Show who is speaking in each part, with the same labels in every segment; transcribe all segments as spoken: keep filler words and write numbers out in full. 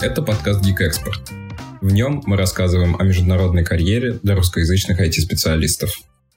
Speaker 1: Это подкаст Geek Expert. В нем мы рассказываем о международной карьере для русскоязычных ай ти-специалистов.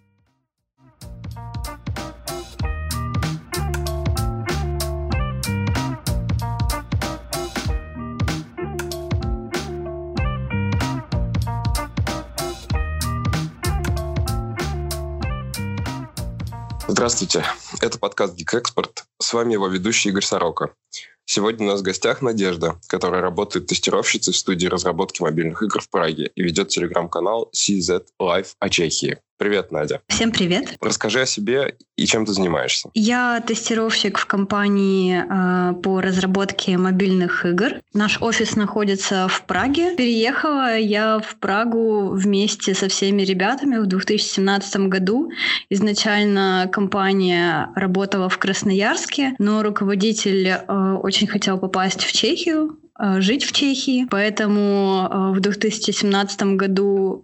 Speaker 2: Здравствуйте, это подкаст Geek Expert. С вами его ведущий Игорь Сорока. Сегодня у нас в гостях Надежда, которая работает тестировщицей в студии разработки мобильных игр в Праге и ведет телеграм-канал си зет Live о Чехии. Привет, Надя.
Speaker 3: Всем привет.
Speaker 2: Расскажи о себе и чем ты занимаешься.
Speaker 3: Я тестировщик в компании э, по разработке мобильных игр. Наш офис находится в Праге. Переехала я в Прагу вместе со всеми ребятами в две тысячи семнадцатом году. Изначально компания работала в Красноярске, но руководитель э, очень хотел попасть в Чехию, жить в Чехии. Поэтому в две тысячи семнадцатом году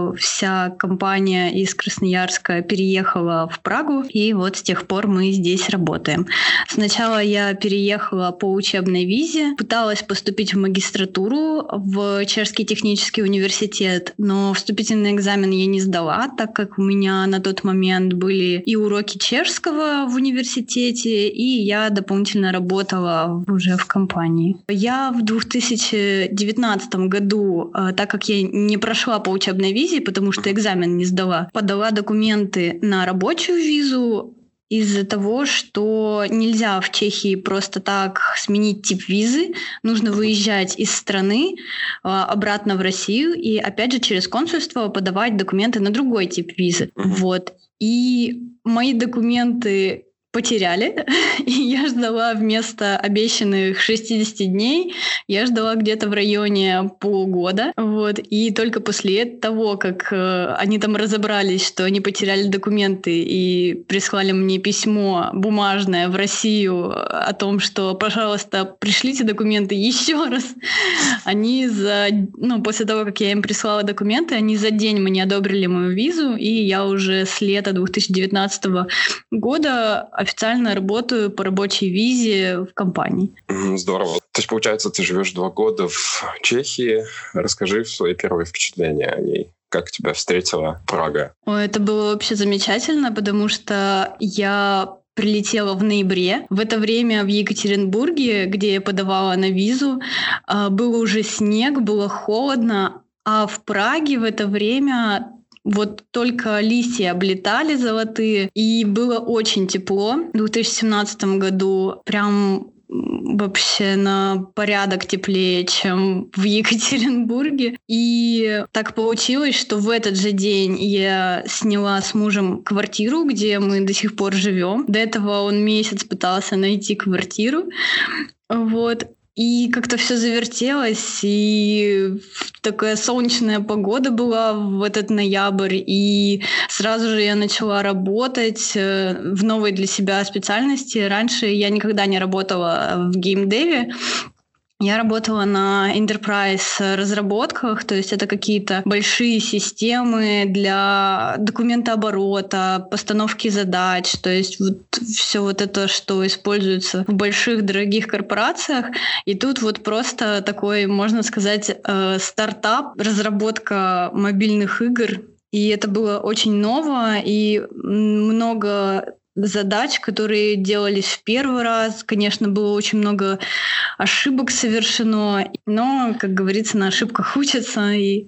Speaker 3: вся компания из Красноярска переехала в Прагу, и вот с тех пор мы здесь работаем. Сначала я переехала по учебной визе, пыталась поступить в магистратуру в Чешский технический университет, но вступительный экзамен я не сдала, так как у меня на тот момент были и уроки чешского в университете, и я дополнительно работала уже в компании. Я в В две тысячи девятнадцатом году, так как я не прошла по учебной визе, потому что экзамен не сдала, подала документы на рабочую визу из-за того, что нельзя в Чехии просто так сменить тип визы, нужно выезжать из страны обратно в Россию и опять же через консульство подавать документы на другой тип визы. Вот. И мои документы потеряли, и я ждала вместо обещанных шестьдесят дней, я ждала где-то в районе полгода, вот, и только после того, как э, они там разобрались, что они потеряли документы и прислали мне письмо бумажное в Россию о том, что, пожалуйста, пришлите документы еще раз, они за, ну, после того, как я им прислала документы, они за день мне одобрили мою визу, и я уже с лета две тысячи девятнадцатого года официально работаю по рабочей визе в компании.
Speaker 2: Здорово. То есть, получается, ты живешь два года в Чехии. Расскажи свои первые впечатления о ней. Как тебя встретила Прага?
Speaker 3: Ой, это было вообще замечательно, потому что я прилетела в ноябре. В это время в Екатеринбурге, где я подавала на визу, был уже снег, было холодно, а в Праге в это время вот только листья облетали золотые, и было очень тепло. В две тысячи семнадцатом году прям вообще на порядок теплее, чем в Екатеринбурге. И так получилось, что в этот же день я сняла с мужем квартиру, где мы до сих пор живем. До этого он месяц пытался найти квартиру. Вот. И как-то все завертелось, и такая солнечная погода была в этот ноябрь, и сразу же я начала работать в новой для себя специальности. Раньше я никогда не работала в геймдеве. Я работала на enterprise разработках, то есть это какие-то большие системы для документооборота, постановки задач, то есть вот все вот это, что используется в больших дорогих корпорациях. И тут вот просто такой, можно сказать, стартап, разработка мобильных игр. И это было очень ново, и много задач, которые делались в первый раз. Конечно, было очень много ошибок совершено, но, как говорится, на ошибках учатся. И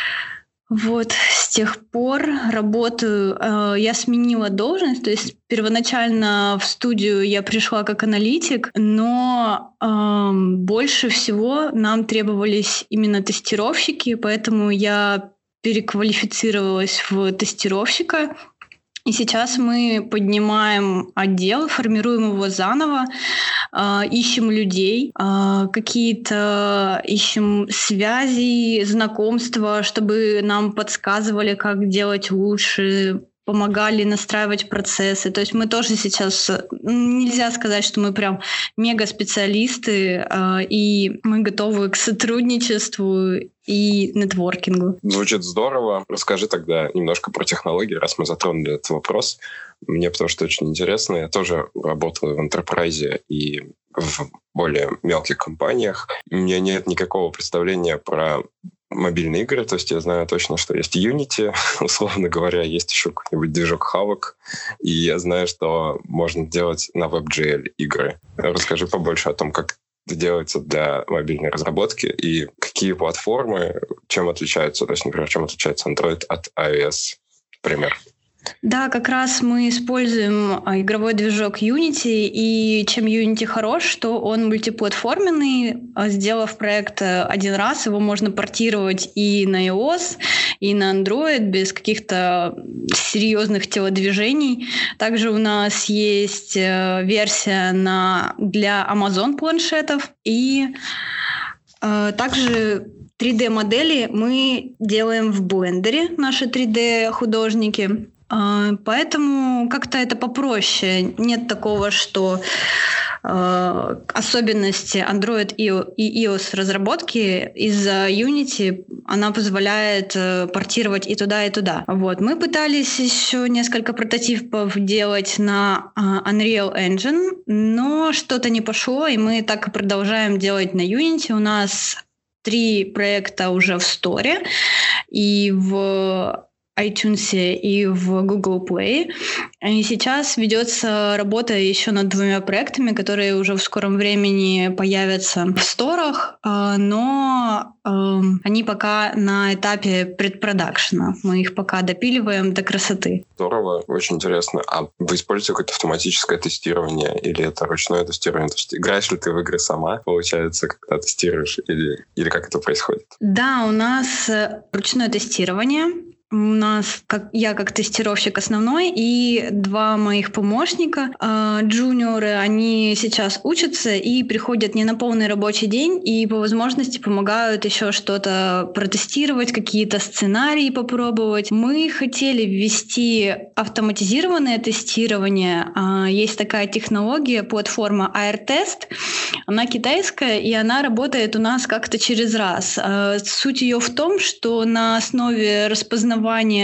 Speaker 3: вот с тех пор работаю. Я сменила должность, то есть первоначально в студию я пришла как аналитик, но э, больше всего нам требовались именно тестировщики, поэтому я переквалифицировалась в тестировщика. И сейчас мы поднимаем отдел, формируем его заново, э, ищем людей, э, какие-то ищем связи, знакомства, чтобы нам подсказывали, как делать лучше, помогали настраивать процессы. То есть мы тоже сейчас, нельзя сказать, что мы прям мега-специалисты, э, и мы готовы к сотрудничеству и нетворкингу.
Speaker 2: Звучит здорово. Расскажи тогда немножко про технологии, раз мы затронули этот вопрос. Мне потому что очень интересно. Я тоже работал в Enterprise, и в более мелких компаниях. У меня нет никакого представления про мобильные игры, то есть я знаю точно, что есть Unity, условно говоря, есть еще какой-нибудь движок Havok, и я знаю, что можно делать на WebGL игры. Расскажи побольше о том, как это делается для мобильной разработки и какие платформы, чем отличаются, то есть, например, чем отличается Android от iOS, например.
Speaker 3: Да, как раз мы используем игровой движок Unity, и чем Unity хорош, что он мультиплатформенный. Сделав проект один раз, его можно портировать и на iOS, и на Android без каких-то серьезных телодвижений. Также у нас есть версия на, для Amazon планшетов, и э, также три дэ-модели мы делаем в Blender, наши три дэ-художники. Поэтому как-то это попроще. Нет такого, что э, особенности Android и iOS разработки из-за Unity она позволяет э, портировать и туда, и туда. Вот. Мы пытались еще несколько прототипов делать на э, Unreal Engine, но что-то не пошло, и мы так и продолжаем делать на Unity. У нас три проекта уже в Store и в iTunes и в Google Play. И сейчас ведется работа еще над двумя проектами, которые уже в скором времени появятся в сторах, но они пока на этапе предпродакшена. Мы их пока допиливаем до красоты.
Speaker 2: Здорово, очень интересно. А вы используете какое-то автоматическое тестирование или это ручное тестирование? То есть играешь ли ты в игры сама, получается, когда тестируешь, или, или как это происходит?
Speaker 3: Да, у нас ручное тестирование. У нас, как, я как тестировщик основной, и два моих помощника, э, джуниоры, они сейчас учатся и приходят не на полный рабочий день, и по возможности помогают еще что-то протестировать, какие-то сценарии попробовать. Мы хотели ввести автоматизированное тестирование. Э, есть такая технология, платформа AirTest. Она китайская, и она работает у нас как-то через раз. Э, суть ее в том, что на основе распознавания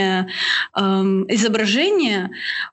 Speaker 3: эм, изображения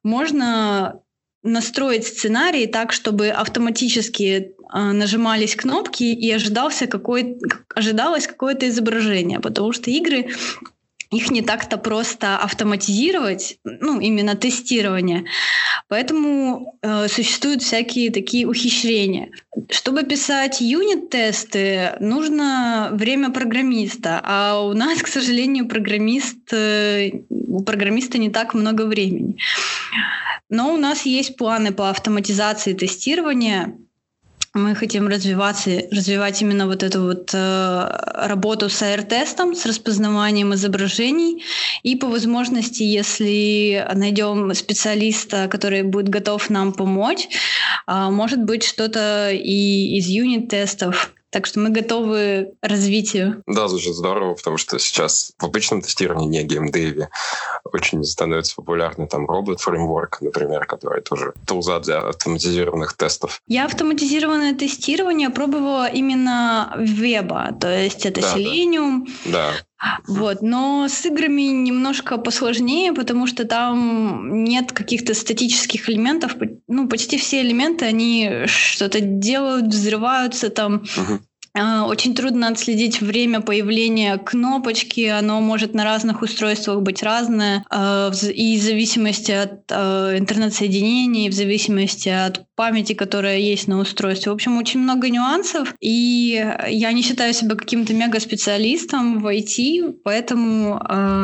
Speaker 3: можно настроить сценарий так, чтобы автоматически э, нажимались кнопки и ожидался какой, ожидалось какое-то изображение, потому что игры, их не так-то просто автоматизировать, ну, именно тестирование. Поэтому э, существуют всякие такие ухищрения. Чтобы писать юнит-тесты, нужно время программиста, а у нас, к сожалению, программист, э, у программиста не так много времени. Но у нас есть планы по автоматизации тестирования. Мы хотим развиваться, развивать именно вот эту вот э, работу с AirTest'ом, с распознаванием изображений. И по возможности, если найдем специалиста, который будет готов нам помочь, э, может быть что-то и из юнит-тестов. Так что мы готовы к развитию.
Speaker 2: Да, звучит здорово, потому что сейчас в обычном тестировании, не геймдеве, очень становится популярный там робот-фреймворк, например, который тоже тулза для автоматизированных тестов.
Speaker 3: Я автоматизированное тестирование пробовала именно веба, то есть это
Speaker 2: да,
Speaker 3: Selenium.
Speaker 2: Да.
Speaker 3: Вот, но с играми немножко посложнее, потому что там нет каких-то статических элементов. Ну, почти все элементы, они что-то делают, взрываются там.
Speaker 2: Угу.
Speaker 3: Очень трудно отследить время появления кнопочки, оно может на разных устройствах быть разное, и в зависимости от интернет-соединения, и в зависимости от памяти, которая есть на устройстве. В общем, очень много нюансов, и я не считаю себя каким-то мега-специалистом в ай ти, поэтому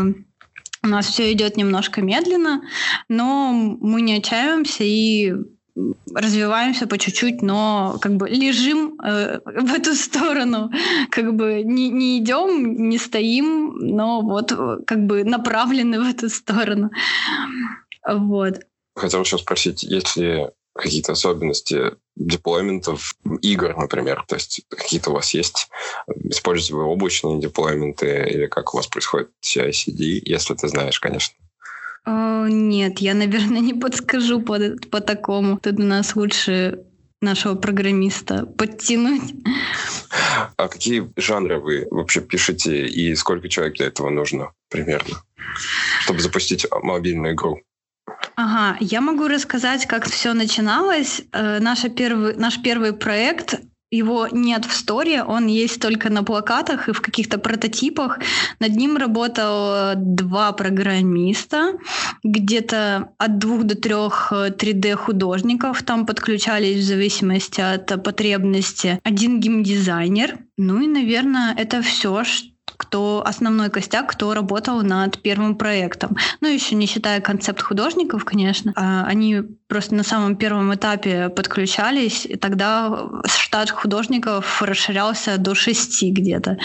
Speaker 3: у нас все идет немножко медленно, но мы не отчаиваемся и развиваемся по чуть-чуть, но как бы лежим э, в эту сторону, как бы не, не идем, не стоим, но вот как бы направлены в эту сторону. Вот.
Speaker 2: Хотел еще спросить, есть ли какие-то особенности деплойментов игр, например? То есть какие-то у вас есть? Используете вы облачные деплойменты или как у вас происходит си ай си ди, если ты знаешь, конечно?
Speaker 3: О, нет, я, наверное, не подскажу по, по такому. Тут у нас лучше нашего программиста подтянуть.
Speaker 2: А какие жанры вы вообще пишете и сколько человек для этого нужно примерно, чтобы запустить мобильную игру?
Speaker 3: Ага, я могу рассказать, как все начиналось. Э, наша первый, наш первый проект, его нет в сторе, он есть только на плакатах и в каких-то прототипах. Над ним работало два программиста, где-то от двух до трех три дэ-художников. Там подключались в зависимости от потребности один геймдизайнер. Ну и, наверное, это все, что кто основной костяк, кто работал над первым проектом. Ну, еще не считая концепт художников, конечно. Они просто на самом первом этапе подключались, и тогда штат художников расширялся до шести где-то.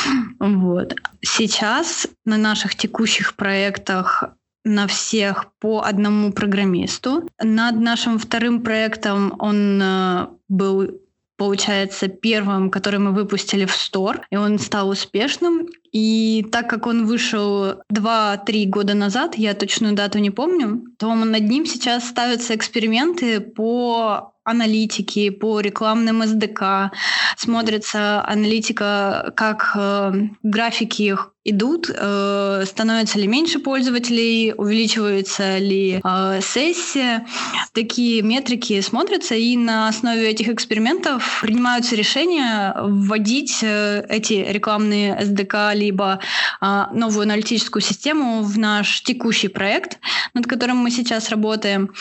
Speaker 3: Вот. Сейчас на наших текущих проектах на всех по одному программисту. Над нашим вторым проектом он был, получается, первым, который мы выпустили в стор, и он стал успешным. И так как он вышел два-три года назад, я точную дату не помню, то над ним сейчас ставятся эксперименты по аналитике, по рекламным эс дэ ка. Смотрится аналитика, как э, графики идут, э, становится ли меньше пользователей, увеличивается ли э, сессия. Такие метрики смотрятся, и на основе этих экспериментов принимаются решения вводить э, эти рекламные эс дэ ка либо э, новую аналитическую систему в наш текущий проект, над которым мы сейчас работаем.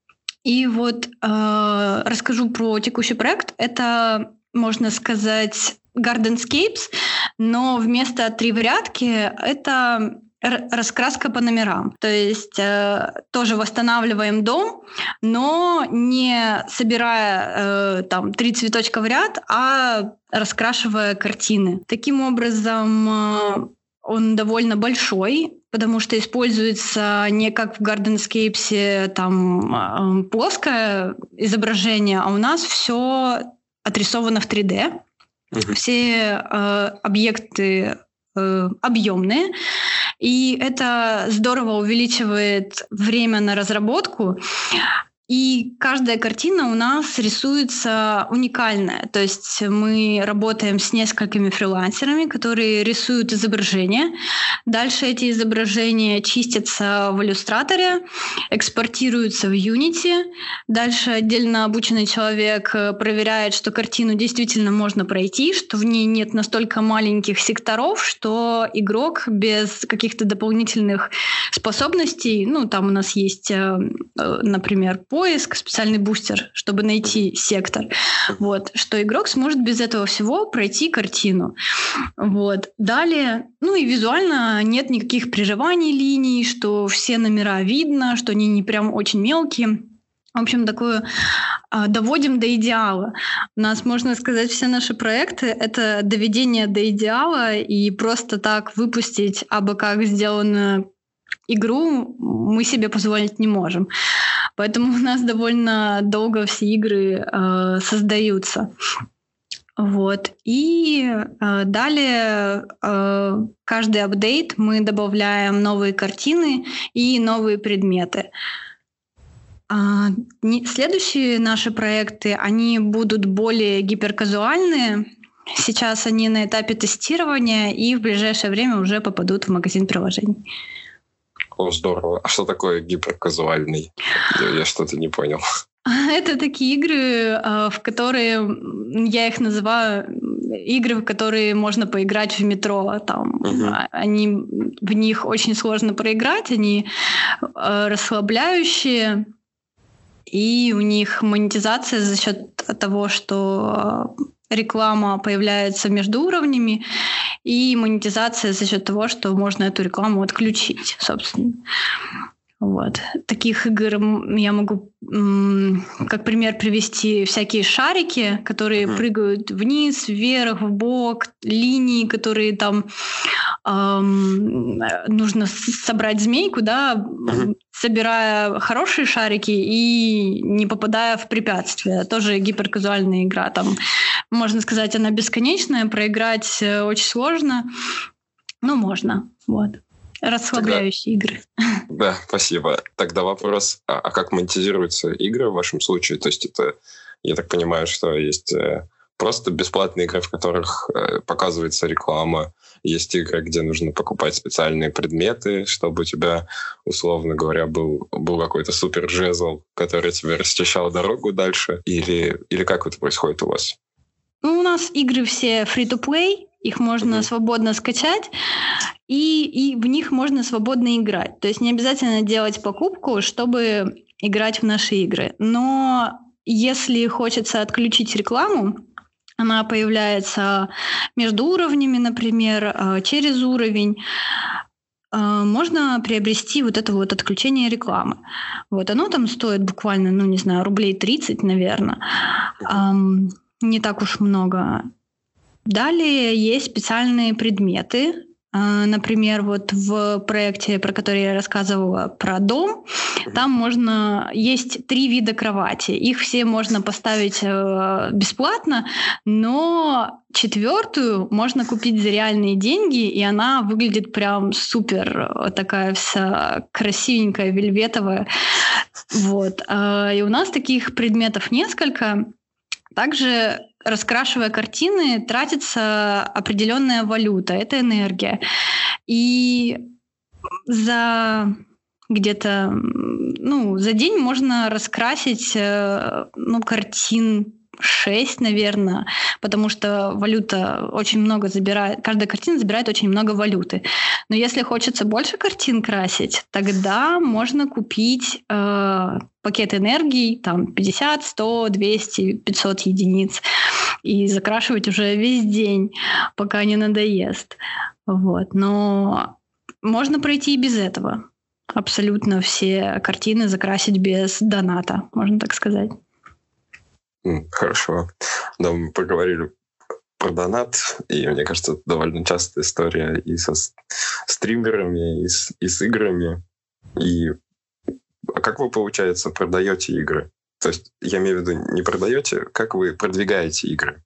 Speaker 3: И вот э, расскажу про текущий проект. Это, можно сказать, Gardenscapes, но вместо три в рядке это р- раскраска по номерам. То есть э, тоже восстанавливаем дом, но не собирая э, там три цветочка в ряд, а раскрашивая картины. Таким образом, э, он довольно большой, потому что используется не как в Gardenscapes там плоское изображение, а у нас все отрисовано в три дэ. Mm-hmm. Все э, объекты э, объемные, и это здорово увеличивает время на разработку. И каждая картина у нас рисуется уникальная. То есть мы работаем с несколькими фрилансерами, которые рисуют изображения. Дальше эти изображения чистятся в иллюстраторе, экспортируются в Unity. Дальше отдельно обученный человек проверяет, что картину действительно можно пройти, что в ней нет настолько маленьких секторов, что игрок без каких-то дополнительных способностей, ну, там у нас есть, например, поиск, специальный бустер, чтобы найти сектор. Вот, что игрок сможет без этого всего пройти картину. Вот. Далее, ну и визуально нет никаких прерываний линий, что все номера видно, что они не прям очень мелкие. В общем, такое а, доводим до идеала. У нас, можно сказать, все наши проекты — это доведение до идеала, и просто так выпустить абы как сделанную игру мы себе позволить не можем. Поэтому у нас довольно долго все игры э, создаются. Вот. И э, далее э, каждый апдейт мы добавляем новые картины и новые предметы. А, не, следующие наши проекты, они будут более гиперказуальные. Сейчас они на этапе тестирования и в ближайшее время уже попадут в магазин приложений.
Speaker 2: О, здорово. А что такое гиперказуальный? Я, я что-то не понял.
Speaker 3: Это такие игры, в которые, я их называю, игры, в которые можно поиграть в метро. Там, угу. Они, в них очень сложно проиграть, они расслабляющие, и у них монетизация за счет того, что реклама появляется между уровнями, и монетизация за счет того, что можно эту рекламу отключить, собственно. Вот. Таких игр я могу м- как пример привести всякие шарики, которые mm-hmm. прыгают вниз, вверх, вбок, линии, которые там эм, нужно собрать змейку, да, mm-hmm. собирая хорошие шарики и не попадая в препятствия. Тоже гиперказуальная игра. Там, можно сказать, она бесконечная, проиграть очень сложно, но можно. Вот. Расслабляющие Тогда... игры.
Speaker 2: Да, спасибо. Тогда вопрос, а, а как монетизируются игры в вашем случае? То есть это, я так понимаю, что есть просто бесплатные игры, в которых э, показывается реклама. Есть игры, где нужно покупать специальные предметы, чтобы у тебя, условно говоря, был, был какой-то супер джезл, который тебе расчищал дорогу дальше. Или, или как это происходит у вас?
Speaker 3: Ну, у нас игры все free-to-play, их можно mm-hmm. свободно скачать, и, и в них можно свободно играть. То есть не обязательно делать покупку, чтобы играть в наши игры. Но если хочется отключить рекламу, она появляется между уровнями, например, через уровень, можно приобрести вот это вот отключение рекламы. Вот оно там стоит буквально, ну не знаю, рублей тридцать, наверное. Mm-hmm. Не так уж много. Далее есть специальные предметы. Например, вот в проекте, про который я рассказывала, про дом, там можно... Есть три вида кровати. Их все можно поставить бесплатно, но четвертую можно купить за реальные деньги, и она выглядит прям супер, такая вся красивенькая, вельветовая. Вот. И у нас таких предметов несколько. Также, раскрашивая картины, тратится определенная валюта, это энергия. И за где-то, ну, за день можно раскрасить, ну, картин шесть, наверное, потому что валюта очень много забирает, каждая картина забирает очень много валюты. Но если хочется больше картин красить, тогда можно купить э, пакет энергии, там пятьдесят, сто, двести, пятьсот единиц, и закрашивать уже весь день, пока не надоест. Вот. Но можно пройти и без этого. Абсолютно все картины закрасить без доната, можно так сказать.
Speaker 2: Хорошо. Да, мы поговорили про донат, и мне кажется, это довольно частая история и со стримерами, и с, и с играми. И а как вы, получается, продаете игры? То есть, я имею в виду, не продаете, как вы продвигаете игры?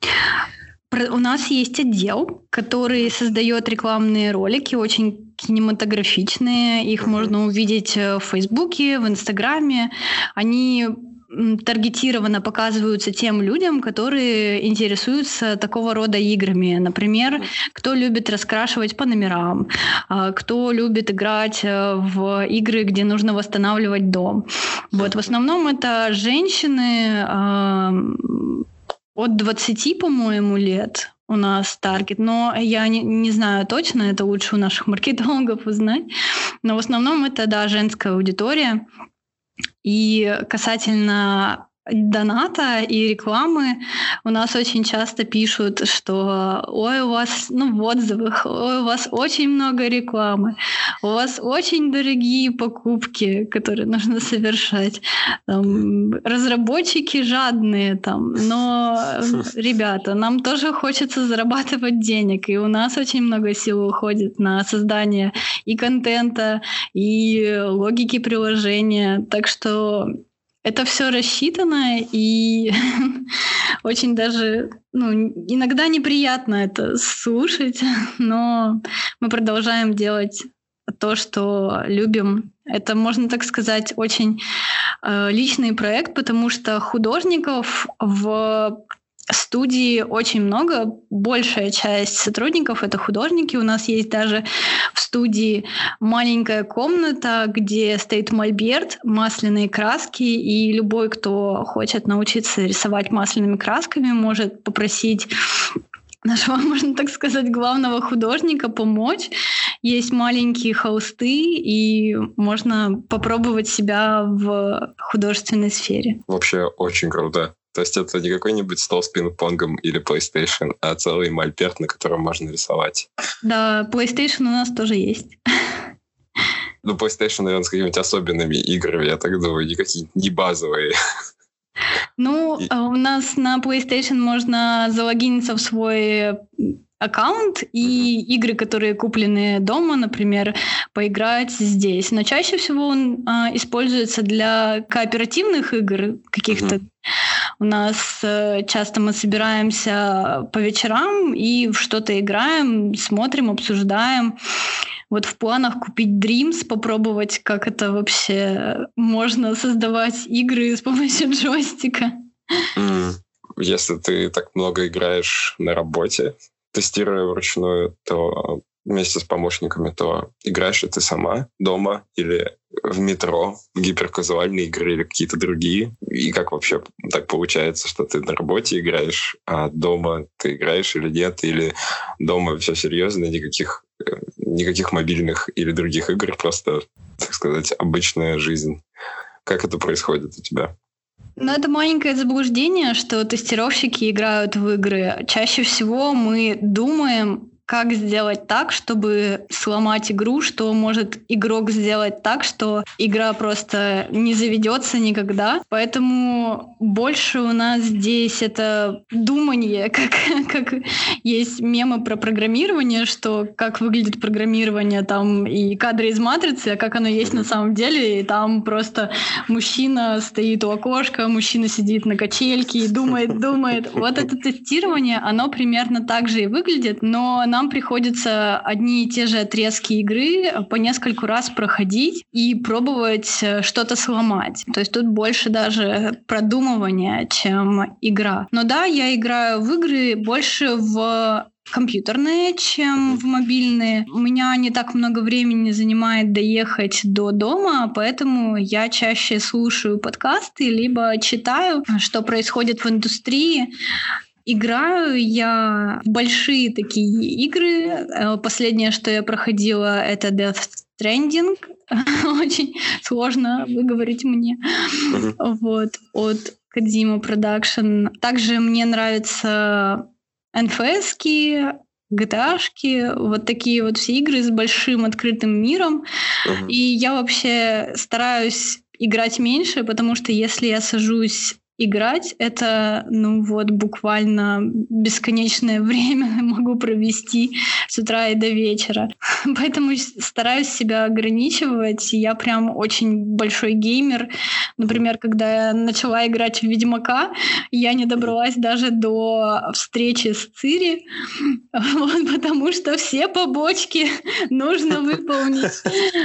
Speaker 3: У нас есть отдел, который создает рекламные ролики, очень кинематографичные. Их mm-hmm. можно увидеть в Фейсбуке, в Инстаграме. Они таргетированно показываются тем людям, которые интересуются такого рода играми. Например, кто любит раскрашивать по номерам, кто любит играть в игры, где нужно восстанавливать дом. Вот, в основном это женщины от двадцати, по-моему, лет у нас таргет, но я не, не знаю точно, это лучше у наших маркетологов узнать. Но в основном это, да, женская аудитория. И касательно доната и рекламы у нас очень часто пишут, что ой, у вас, ну, в отзывах, ой, у вас очень много рекламы, у вас очень дорогие покупки, которые нужно совершать. Там, разработчики жадные, там, но, ребята, нам тоже хочется зарабатывать денег, и у нас очень много сил уходит на создание и контента, и логики приложения, так что это все рассчитано, и очень даже, ну, иногда неприятно это слушать, но мы продолжаем делать то, что любим. Это, можно так сказать, очень э, личный проект, потому что художников в студии очень много, большая часть сотрудников — это художники. У нас есть даже в студии маленькая комната, где стоит мольберт, масляные краски, и любой, кто хочет научиться рисовать масляными красками, может попросить нашего, можно так сказать, главного художника помочь. Есть маленькие холсты, и можно попробовать себя в художественной сфере.
Speaker 2: Вообще очень круто. То есть это не какой-нибудь стол с пинг-понгом или PlayStation, а целый мольберт, на котором можно рисовать.
Speaker 3: Да, PlayStation у нас тоже есть.
Speaker 2: Ну, PlayStation, наверное, с какими-нибудь особенными играми, я так думаю, никакие не базовые.
Speaker 3: Ну, И... у нас на PlayStation можно залогиниться в свой аккаунт и mm-hmm. игры, которые куплены дома, например, поиграть здесь. Но чаще всего он а, используется для кооперативных игр каких-то. Mm-hmm. У нас э, часто мы собираемся по вечерам и в что-то играем, смотрим, обсуждаем. Вот в планах купить Dreams, попробовать, как это вообще можно создавать игры с помощью джойстика.
Speaker 2: Mm. если ты так много играешь на работе, тестируя вручную, то вместе с помощниками, то играешь ли ты сама дома или в метро, в гиперказуальные игры или какие-то другие? И как вообще так получается, что ты на работе играешь, а дома ты играешь или нет? Или дома все серьезно, никаких, никаких мобильных или других игр, просто, так сказать, обычная жизнь? Как это происходит у тебя?
Speaker 3: Ну, это маленькое заблуждение, что тестировщики играют в игры. Чаще всего мы думаем, как сделать так, чтобы сломать игру, что может игрок сделать так, что игра просто не заведется никогда. Поэтому больше у нас здесь это думание, как, как есть мемы про программирование, что как выглядит программирование, там и кадры из матрицы, а как оно есть на самом деле. И там просто мужчина стоит у окошка, мужчина сидит на качельке и думает, думает. Вот это тестирование, оно примерно так же и выглядит, но нам приходится одни и те же отрезки игры по нескольку раз проходить и пробовать что-то сломать. То есть тут больше даже продумывания, чем игра. Но да, я играю в игры больше в компьютерные, чем в мобильные. У меня не так много времени занимает доехать до дома, поэтому я чаще слушаю подкасты, либо читаю, что происходит в индустрии. Играю я в большие такие игры. Последнее, что я проходила, это Death Stranding. Очень сложно выговорить мне. Uh-huh. Вот, от Kojima Production. Также мне нравятся эн эф эс-ки, джи ти эй-шки, вот такие вот все игры с большим открытым миром. Uh-huh. И я вообще стараюсь играть меньше, потому что если я сажусь играть, это, ну вот, буквально бесконечное время могу провести с утра и до вечера. Поэтому стараюсь себя ограничивать. Я прям очень большой геймер. Например, когда я начала играть в Ведьмака, я не добралась даже до встречи с Цири, вот, потому что все побочки нужно выполнить.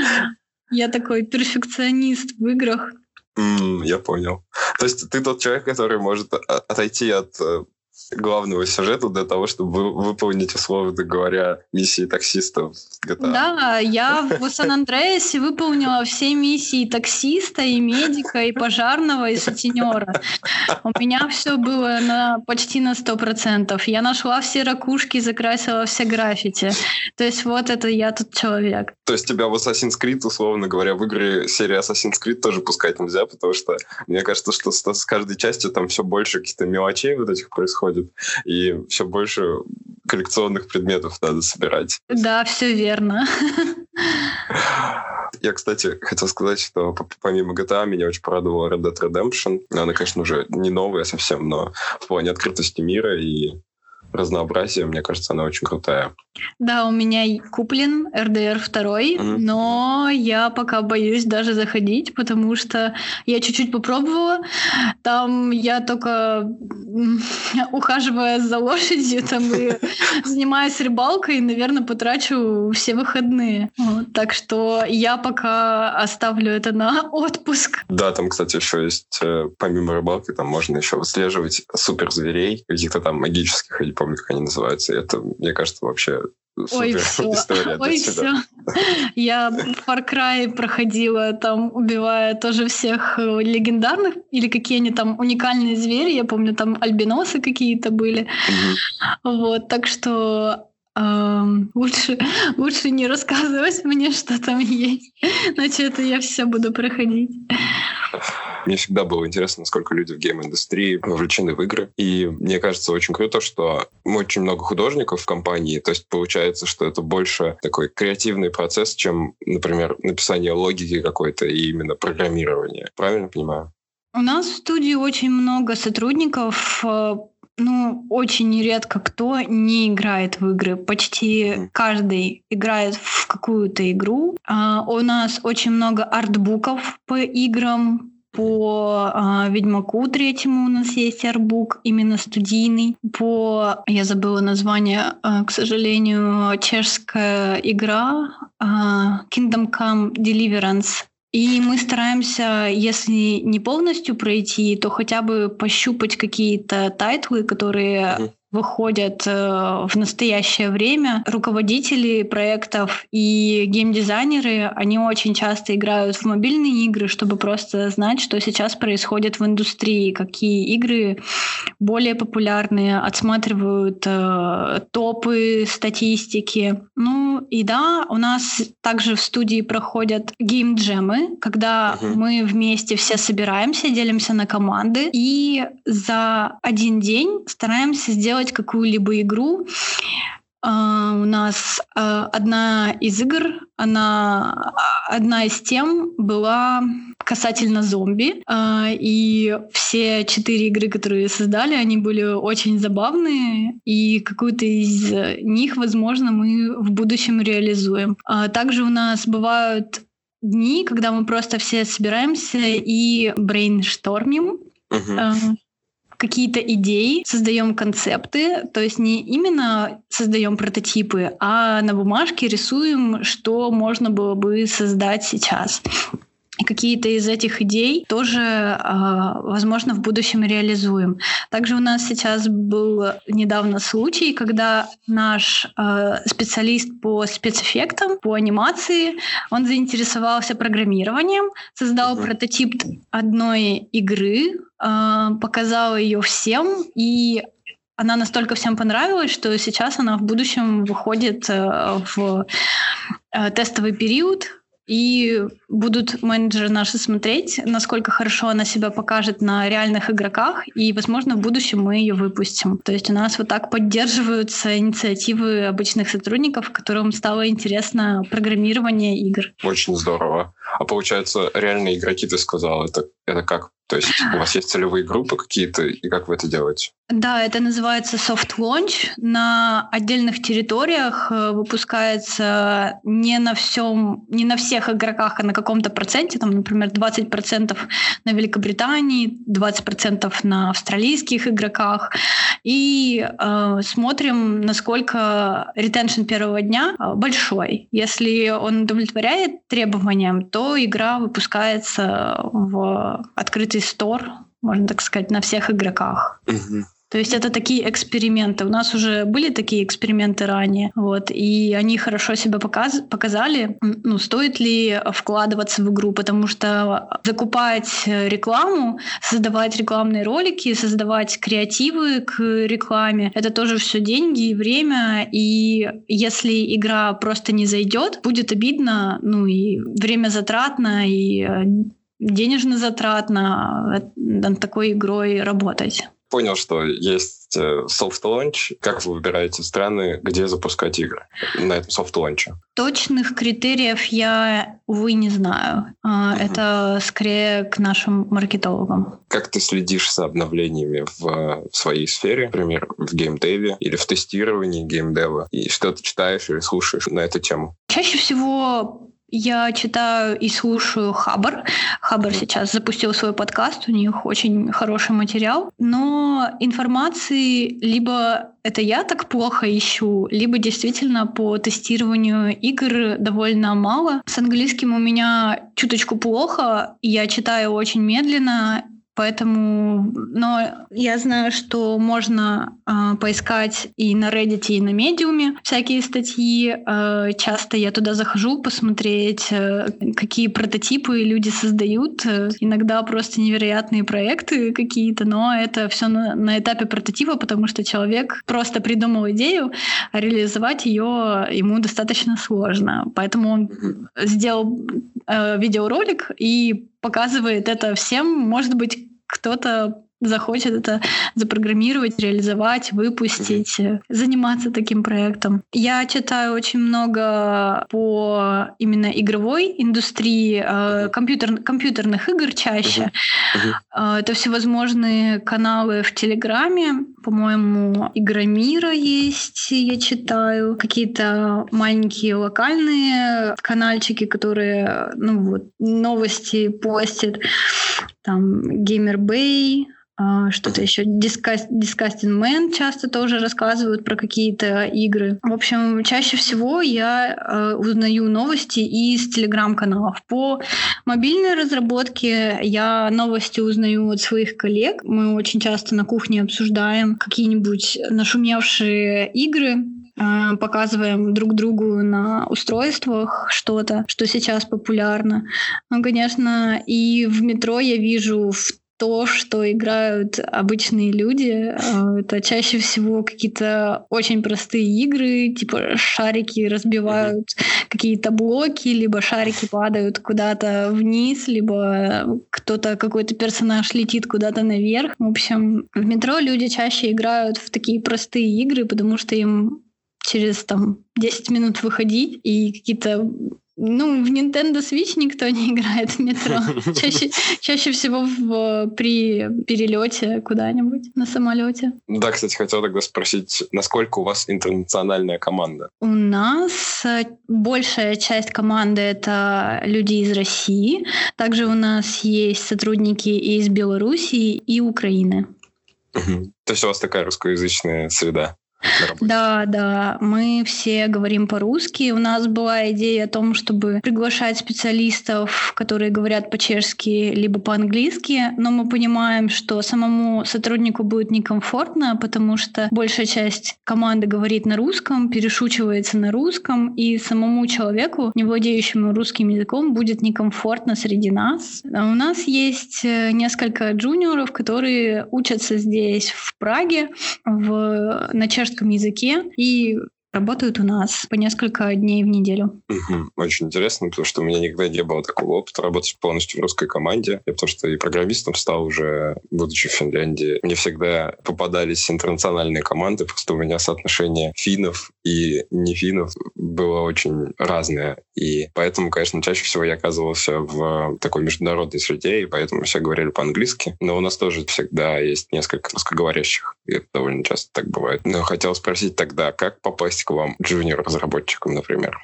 Speaker 3: Я такой перфекционист в играх.
Speaker 2: Mm, я понял. То есть ты тот человек, который может отойти от главного сюжета для того, чтобы выполнить, условно говоря, миссии таксиста в джи ти эй.
Speaker 3: Да, я в Сан-Андреасе выполнила все миссии таксиста, и медика, и пожарного, и сутенера. У меня все было на, почти на сто процентов. Я нашла все ракушки, закрасила все граффити. То есть вот это я тот человек.
Speaker 2: То есть тебя в Assassin's Creed, условно говоря, в игры серии Assassin's Creed тоже пускать нельзя, потому что мне кажется, что с каждой частью там все больше каких-то мелочей вот этих происходит, и все больше коллекционных предметов надо собирать.
Speaker 3: Да, все верно.
Speaker 2: Я, кстати, хотел сказать, что помимо джи ти эй меня очень порадовала Red Dead Redemption. Она, конечно, уже не новая совсем, но в плане открытости мира и разнообразия, мне кажется, она очень крутая.
Speaker 3: Да, у меня куплен эр ди ар два, mm-hmm. но я пока боюсь даже заходить, потому что я чуть-чуть попробовала. Там я только ухаживая за лошадью там, и занимаюсь рыбалкой, наверное, потрачу все выходные. Вот, так что я пока оставлю это на отпуск.
Speaker 2: Да, там, кстати, еще есть, помимо рыбалки, там можно еще выслеживать суперзверей, каких-то там магических, я не помню, как они называются. И это, мне кажется, вообще супер
Speaker 3: Ой, все.
Speaker 2: история для
Speaker 3: Ой,
Speaker 2: тебя.
Speaker 3: Все. Я Far Cry проходила, там, убивая тоже всех легендарных, или какие они там уникальные звери. Я помню, там альбиносы какие-то были. Mm-hmm. Вот, так что э, лучше, лучше не рассказывать мне, что там есть. Иначе это я все буду проходить.
Speaker 2: Мне всегда было интересно, насколько люди в гейм-индустрии вовлечены в игры. И мне кажется, очень круто, что очень много художников в компании. То есть получается, что это больше такой креативный процесс, чем, например, написание логики какой-то и именно программирование. Правильно понимаю?
Speaker 3: У нас в студии очень много сотрудников. Ну, очень редко кто не играет в игры. Почти mm. каждый играет в какую-то игру. Uh, у нас очень много артбуков по играм. По uh, Ведьмаку третьему у нас есть артбук, именно студийный. По, я забыла название, uh, к сожалению, чешская игра uh, Kingdom Come Deliverance. И мы стараемся, если не полностью пройти, то хотя бы пощупать какие-то тайтлы, которые mm-hmm. выходят э, в настоящее время. Руководители проектов и геймдизайнеры, они очень часто играют в мобильные игры, чтобы просто знать, что сейчас происходит в индустрии, какие игры более популярные, отсматривают э, топы, статистики. Ну и да, у нас также в студии проходят геймджемы, когда uh-huh. мы вместе все собираемся, делимся на команды и за один день стараемся сделать какую-либо игру. Uh, у нас uh, одна из игр, она, одна из тем была касательно зомби, uh, и все четыре игры, которые создали, они были очень забавные, и какую-то из них, возможно, мы в будущем реализуем. Uh, также у нас бывают дни, когда мы просто все собираемся и брейнштормим, uh-huh. uh, какие-то идеи, создаем концепты, то есть не именно создаем прототипы, а на бумажке рисуем, что можно было бы создать сейчас. И какие-то из этих идей тоже, возможно, в будущем реализуем. Также у нас сейчас был недавно случай, когда наш специалист по спецэффектам, по анимации, он заинтересовался программированием, создал uh-huh. прототип одной игры, показал ее всем, и она настолько всем понравилась, что сейчас она в будущем выходит в тестовый период, и будут менеджеры наши смотреть, насколько хорошо она себя покажет на реальных игроках, и, возможно, в будущем мы ее выпустим. То есть у нас вот так поддерживаются инициативы обычных сотрудников, которым стало интересно программирование игр.
Speaker 2: Очень здорово. А получается, реальные игроки, ты сказал, это, это как? То есть у вас есть целевые группы какие-то, и как вы это делаете?
Speaker 3: Да, это называется soft launch. На отдельных территориях выпускается не на всем, не на всех игроках, а на каком-то проценте, там, например, двадцать процентов на Великобритании, двадцать процентов на австралийских игроках. И э, смотрим, насколько ретеншн первого дня большой. Если он удовлетворяет требованиям, то игра выпускается в открытый стор, можно так сказать, на всех игроках. Uh-huh. То есть это такие эксперименты. У нас уже были такие эксперименты ранее, вот, и они хорошо себя показ- показали. Ну, стоит ли вкладываться в игру, потому что закупать рекламу, создавать рекламные ролики, создавать креативы к рекламе — это тоже все деньги и время, и если игра просто не зайдет, будет обидно, ну и время затратно, и денежно затратно над такой игрой работать.
Speaker 2: Понял, что есть soft launch. Как вы выбираете страны, где запускать игры на этом soft launch?
Speaker 3: Точных критериев я, увы, не знаю. Uh-huh. Это скорее к нашим маркетологам.
Speaker 2: Как ты следишь за обновлениями в своей сфере, например, в геймдеве или в тестировании геймдева? И что ты читаешь или слушаешь на эту тему?
Speaker 3: Чаще всего я читаю и слушаю Хабр. Хабр сейчас запустил свой подкаст, у них очень хороший материал. Но информации либо это я так плохо ищу, либо действительно по тестированию игр довольно мало. С английским у меня чуточку плохо, я читаю очень медленно. Поэтому, но я знаю, что можно э, поискать и на Reddit, и на Medium всякие статьи. Э, часто я туда захожу посмотреть, э, какие прототипы люди создают. Э, иногда просто невероятные проекты какие-то, но это все на, на этапе прототипа, потому что человек просто придумал идею, а реализовать ее ему достаточно сложно. Поэтому он сделал э, видеоролик и показывает это всем. Может быть, кто-то захочет это запрограммировать, реализовать, выпустить, mm-hmm. заниматься таким проектом. Я читаю очень много по именно игровой индустрии, э, компьютер, компьютерных игр чаще. Mm-hmm. Э, это всевозможные каналы в Телеграме. По-моему, Игромира есть, я читаю. Какие-то маленькие локальные канальчики, которые ну, вот, новости постят. Там Gamer Bay, что-то еще. Disgusting Man часто тоже рассказывают про какие-то игры. В общем, чаще всего я узнаю новости из телеграм-каналов. По мобильной разработке я новости узнаю от своих коллег. Мы очень часто на кухне обсуждаем какие-нибудь нашумевшие игры, показываем друг другу на устройствах что-то, что сейчас популярно. Ну, конечно, и в метро я вижу в то, что играют обычные люди. Это чаще всего какие-то очень простые игры, типа шарики разбивают mm-hmm. какие-то блоки, либо шарики падают куда-то вниз, либо кто-то, какой-то персонаж летит куда-то наверх. В общем, в метро люди чаще играют в такие простые игры, потому что им через там десять минут выходить, и какие-то... Ну, в Nintendo Switch никто не играет в метро. Чаще, чаще всего в, при перелете куда-нибудь на самолете.
Speaker 2: Да, кстати, хотел тогда спросить, насколько у вас интернациональная команда?
Speaker 3: У нас большая часть команды — это люди из России. Также у нас есть сотрудники из Белоруссии и Украины.
Speaker 2: Угу. То есть у вас такая русскоязычная среда?
Speaker 3: Да, да, мы все говорим по-русски. У нас была идея о том, чтобы приглашать специалистов, которые говорят по-чешски либо по-английски, но мы понимаем, что самому сотруднику будет некомфортно, потому что большая часть команды говорит на русском, перешучивается на русском, и самому человеку, не владеющему русским языком, будет некомфортно среди нас. У нас есть несколько джуниоров, которые учатся здесь, в Праге, в, на чешском языке и работают у нас по несколько дней в неделю.
Speaker 2: Угу. Очень интересно, потому что у меня никогда не было такого опыта работать полностью в русской команде. Я потому что и программистом стал уже, будучи в Финляндии. Мне всегда попадались интернациональные команды, просто у меня соотношение финнов и не финнов было очень разное. И поэтому, конечно, чаще всего я оказывался в такой международной среде, и поэтому все говорили по-английски. Но у нас тоже всегда есть несколько русскоговорящих, и это довольно часто так бывает. Но хотел спросить тогда, как попасть к вам джуниор-разработчикам, например?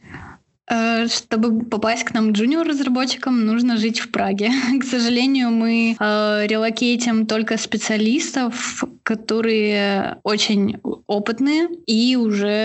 Speaker 3: Чтобы попасть к нам джуниор-разработчикам, нужно жить в Праге. К сожалению, мы э, релокейтим только специалистов, которые очень опытные и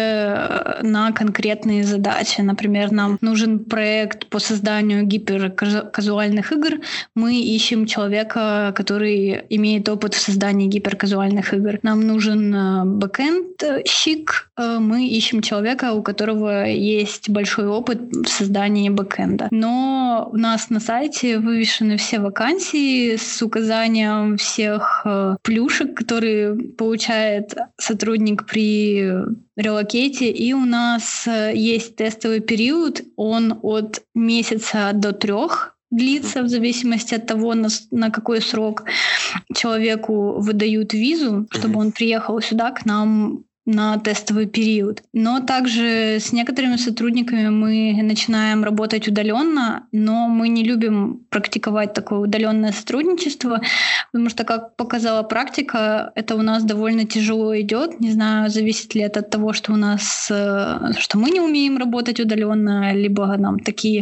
Speaker 3: уже на конкретные задачи. Например, нам нужен проект по созданию гиперказуальных игр. Мы ищем человека, который имеет опыт в создании гиперказуальных игр. Нам нужен бэкэндщик. Мы ищем человека, у которого есть большой опыт в создании бэкэнда. Но у нас на сайте вывешены все вакансии с указанием всех э, плюшек, которые получает сотрудник при релокейте. И у нас э, есть тестовый период, он от месяца до трех длится, в зависимости от того, на, на какой срок человеку выдают визу, чтобы он приехал сюда к нам на тестовый период. Но также с некоторыми сотрудниками мы начинаем работать удаленно, но мы не любим практиковать такое удаленное сотрудничество, потому что, как показала практика, это у нас довольно тяжело идет. Не знаю, зависит ли это от того, что у нас, что мы не умеем работать удаленно, либо нам такие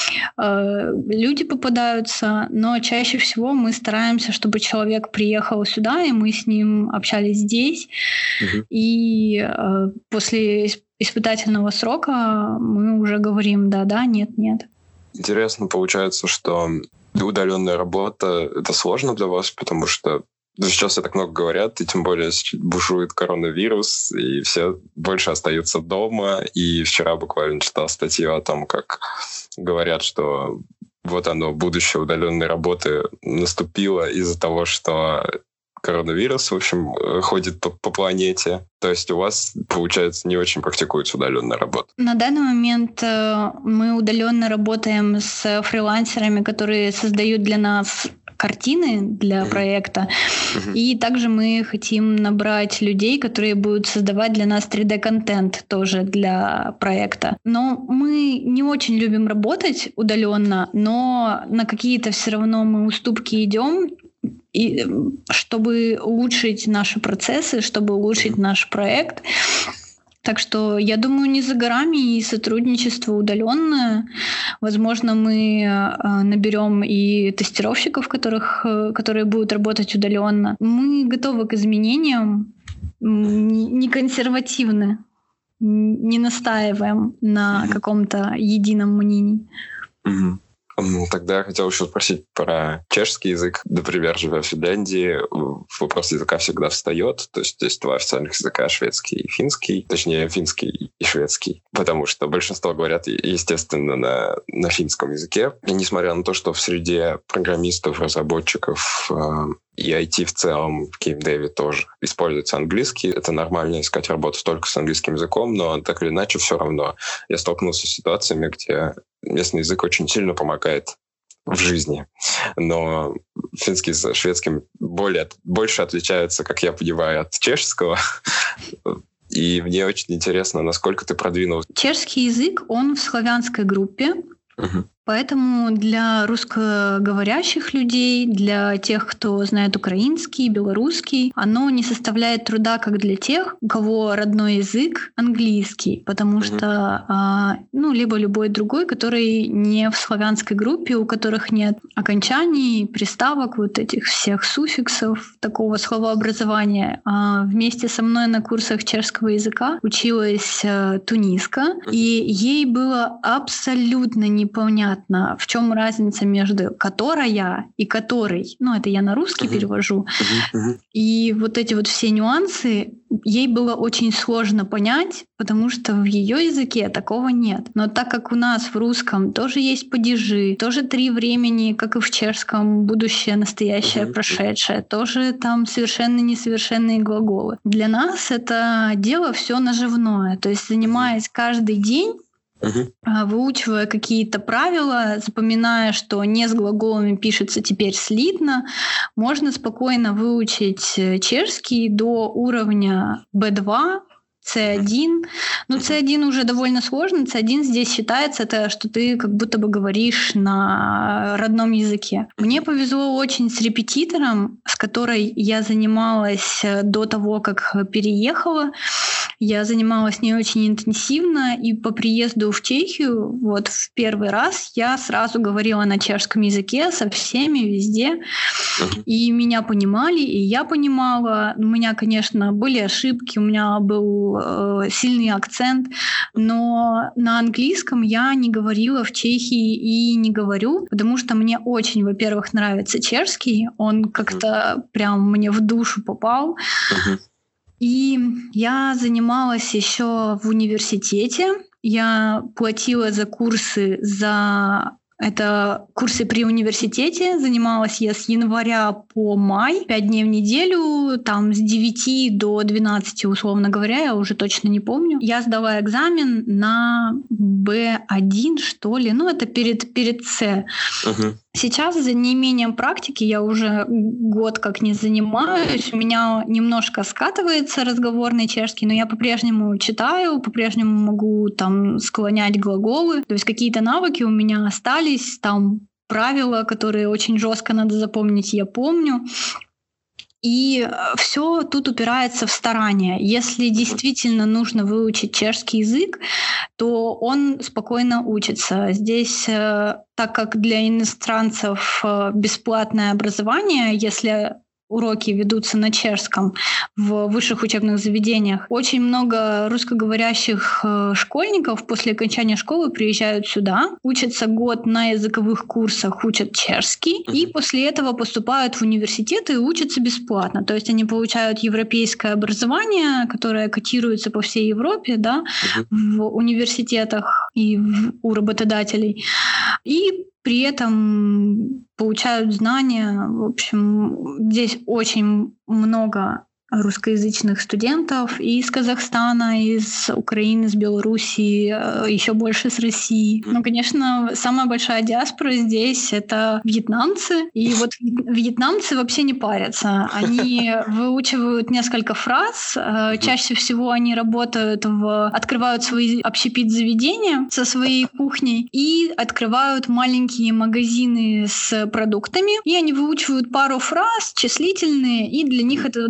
Speaker 3: э, люди попадаются. Но чаще всего мы стараемся, чтобы человек приехал сюда, и мы с ним общались здесь. Угу. И И э, после испытательного срока мы уже говорим да-да, нет-нет.
Speaker 2: Интересно получается, что удаленная работа — это сложно для вас, потому что сейчас все так много говорят, и тем более бушует коронавирус, и все больше остаются дома. И вчера буквально читал статью о том, как говорят, что вот оно, будущее удаленной работы наступило из-за того, что коронавирус, в общем, ходит по, по планете. То есть у вас, получается, не очень практикуется удаленная работа.
Speaker 3: На данный момент мы удаленно работаем с фрилансерами, которые создают для нас картины для uh-huh. проекта. Uh-huh. И также мы хотим набрать людей, которые будут создавать для нас три дэ-контент тоже для проекта. Но мы не очень любим работать удаленно, но на какие-то все равно мы уступки идем, и чтобы улучшить наши процессы, чтобы улучшить mm-hmm. наш проект. Так что, я думаю, не за горами и сотрудничество удаленное. Возможно, мы э, наберем и тестировщиков, которых, э, которые будут работать удаленно. Мы готовы к изменениям, не, не консервативны, не настаиваем на каком-то едином мнении.
Speaker 2: Mm-hmm. Тогда я хотел еще спросить про чешский язык. Например, живя в Финляндии, вопрос языка всегда встает. То есть есть два официальных языка — шведский и финский. Точнее, финский и шведский. Потому что большинство говорят, естественно, на, на финском языке. И несмотря на то, что в среде программистов, разработчиков и ай ти в целом, в геймдеве тоже используется английский. Это нормально искать работу только с английским языком, но так или иначе все равно я столкнулся с ситуациями, где местный язык очень сильно помогает в жизни. Но финский с шведским более, больше отличаются, как я понимаю, от чешского. И мне очень интересно, насколько ты продвинулся.
Speaker 3: Чешский язык, он в славянской группе.
Speaker 2: Uh-huh.
Speaker 3: Поэтому для русскоговорящих людей, для тех, кто знает украинский, белорусский, оно не составляет труда, как для тех, у кого родной язык английский, потому mm-hmm. что, а, ну, либо любой другой, который не в славянской группе, у которых нет окончаний, приставок, вот этих всех суффиксов, такого словообразования. А вместе со мной на курсах чешского языка училась а, туниска, mm-hmm. и ей было абсолютно непонятно, в чем разница между «которая» и «который». Ну, это я на русский uh-huh. перевожу. Uh-huh. Uh-huh. И вот эти вот все нюансы ей было очень сложно понять, потому что в ее языке такого нет. Но так как у нас в русском тоже есть падежи, тоже три времени, как и в чешском, будущее, настоящее, uh-huh. прошедшее, тоже там совершенно несовершенные глаголы. Для нас это дело все наживное. То есть, занимаясь каждый день, Uh-huh. выучивая какие-то правила, запоминая, что не с глаголами пишется теперь слитно, можно спокойно выучить чешский до уровня би два, си один. Ну, си один уже довольно сложно. си один здесь считается, это, что ты как будто бы говоришь на родном языке. Мне повезло очень с репетитором, с которой я занималась до того, как переехала. Я занималась с ней очень интенсивно, и по приезду в Чехию, вот в первый раз, я сразу говорила на чешском языке со всеми везде, и меня понимали, и я понимала. У меня, конечно, были ошибки, у меня был э, сильный акцент, но на английском я не говорила в Чехии и не говорю, потому что мне очень, во-первых, нравится чешский, он как-то прям мне в душу попал. И я занималась еще в университете. Я платила за курсы, за это курсы при университете. Занималась я с января по май, пять дней в неделю, там с девяти до двенадцати, условно говоря, я уже точно не помню. Я сдала экзамен на би один, что ли, ну это перед, перед С. Uh-huh. Сейчас за неимением практики я уже год как не занимаюсь, у меня немножко скатывается разговорный чешский, но я по-прежнему читаю, по-прежнему могу там склонять глаголы, то есть какие-то навыки у меня остались, там правила, которые очень жестко надо запомнить, я помню. И все тут упирается в старание. Если действительно нужно выучить чешский язык, то он спокойно учится. Здесь, так как для иностранцев бесплатное образование, если уроки ведутся на чешском в высших учебных заведениях. Очень много русскоговорящих школьников после окончания школы приезжают сюда, учатся год на языковых курсах, учат чешский, uh-huh. и после этого поступают в университеты и учатся бесплатно. То есть они получают европейское образование, которое котируется по всей Европе, да, uh-huh. в университетах и в, у работодателей. И при этом получают знания. В общем, здесь очень много русскоязычных студентов и из Казахстана, из Украины, из Белоруссии, еще больше с России. Ну, конечно, самая большая диаспора здесь — это вьетнамцы. И вот вьетнамцы вообще не парятся. Они выучивают несколько фраз. Чаще всего они работают в... открывают свои общепит-заведения со своей кухней и открывают маленькие магазины с продуктами. И они выучивают пару фраз, числительные, и для них этого достаточно.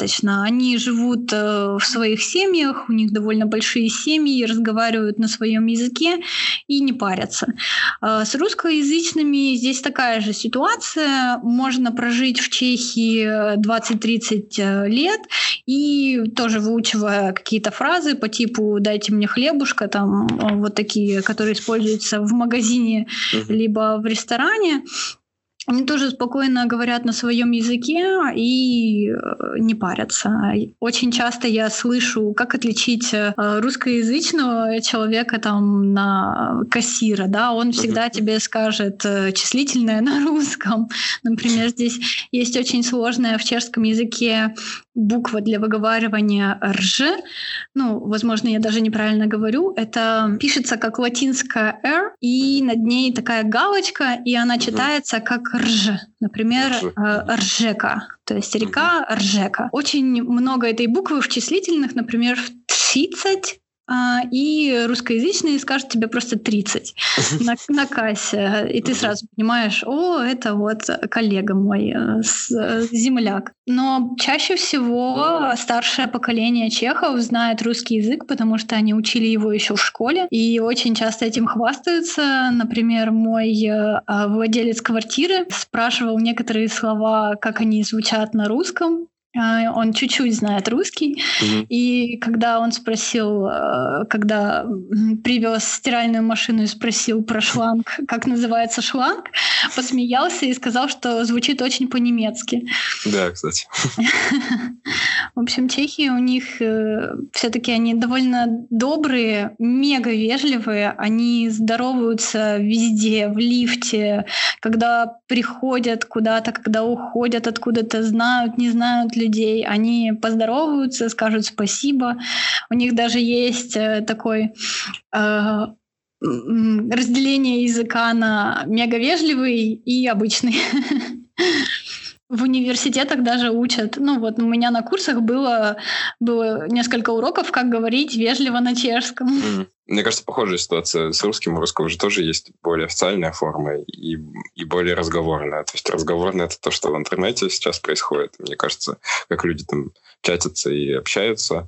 Speaker 3: достаточно. Они живут в своих семьях, у них довольно большие семьи, разговаривают на своем языке и не парятся. С русскоязычными здесь такая же ситуация. Можно прожить в Чехии двадцать-тридцать лет и тоже выучивая какие-то фразы по типу «дайте мне хлебушка», там вот такие, которые используются в магазине либо в ресторане. Они тоже спокойно говорят на своем языке и не парятся. Очень часто я слышу, как отличить русскоязычного человека там, на кассира. Да? Он всегда тебе скажет числительное на русском. Например, здесь есть очень сложная в чешском языке буква для выговаривания «рж». Ну, возможно, я даже неправильно говорю. Это пишется как латинская «р», и над ней такая галочка, и она читается как «рж». Например, «ржека», то есть река Ржека. Очень много этой буквы в числительных, например, в тридцать, и русскоязычные скажут тебе просто тридцать на, на кассе. И ты сразу понимаешь, о, это вот коллега мой, земляк. Но чаще всего старшее поколение чехов знает русский язык, потому что они учили его еще в школе, и очень часто этим хвастаются. Например, мой владелец квартиры спрашивал некоторые слова, как они звучат на русском. Он чуть-чуть знает русский, mm-hmm. и когда он спросил, когда привез стиральную машину и спросил про шланг, как называется шланг, посмеялся и сказал, что звучит очень по-немецки.
Speaker 2: Да, кстати.
Speaker 3: В общем, чехи у них все-таки они довольно добрые, мега вежливые, они здороваются везде, в лифте, когда приходят куда-то, когда уходят откуда-то, знают, не знают людей, они поздороваются, скажут спасибо. У них даже есть такой э, разделение языка на мегавежливый и обычный. В университетах даже учат. Ну вот у меня на курсах было, было несколько уроков, как говорить вежливо на чешском.
Speaker 2: Mm. Мне кажется, похожая ситуация с русским. У русского же тоже есть более официальная форма и, и более разговорная. То есть разговорная — это то, что в интернете сейчас происходит. Мне кажется, как люди там чатятся и общаются.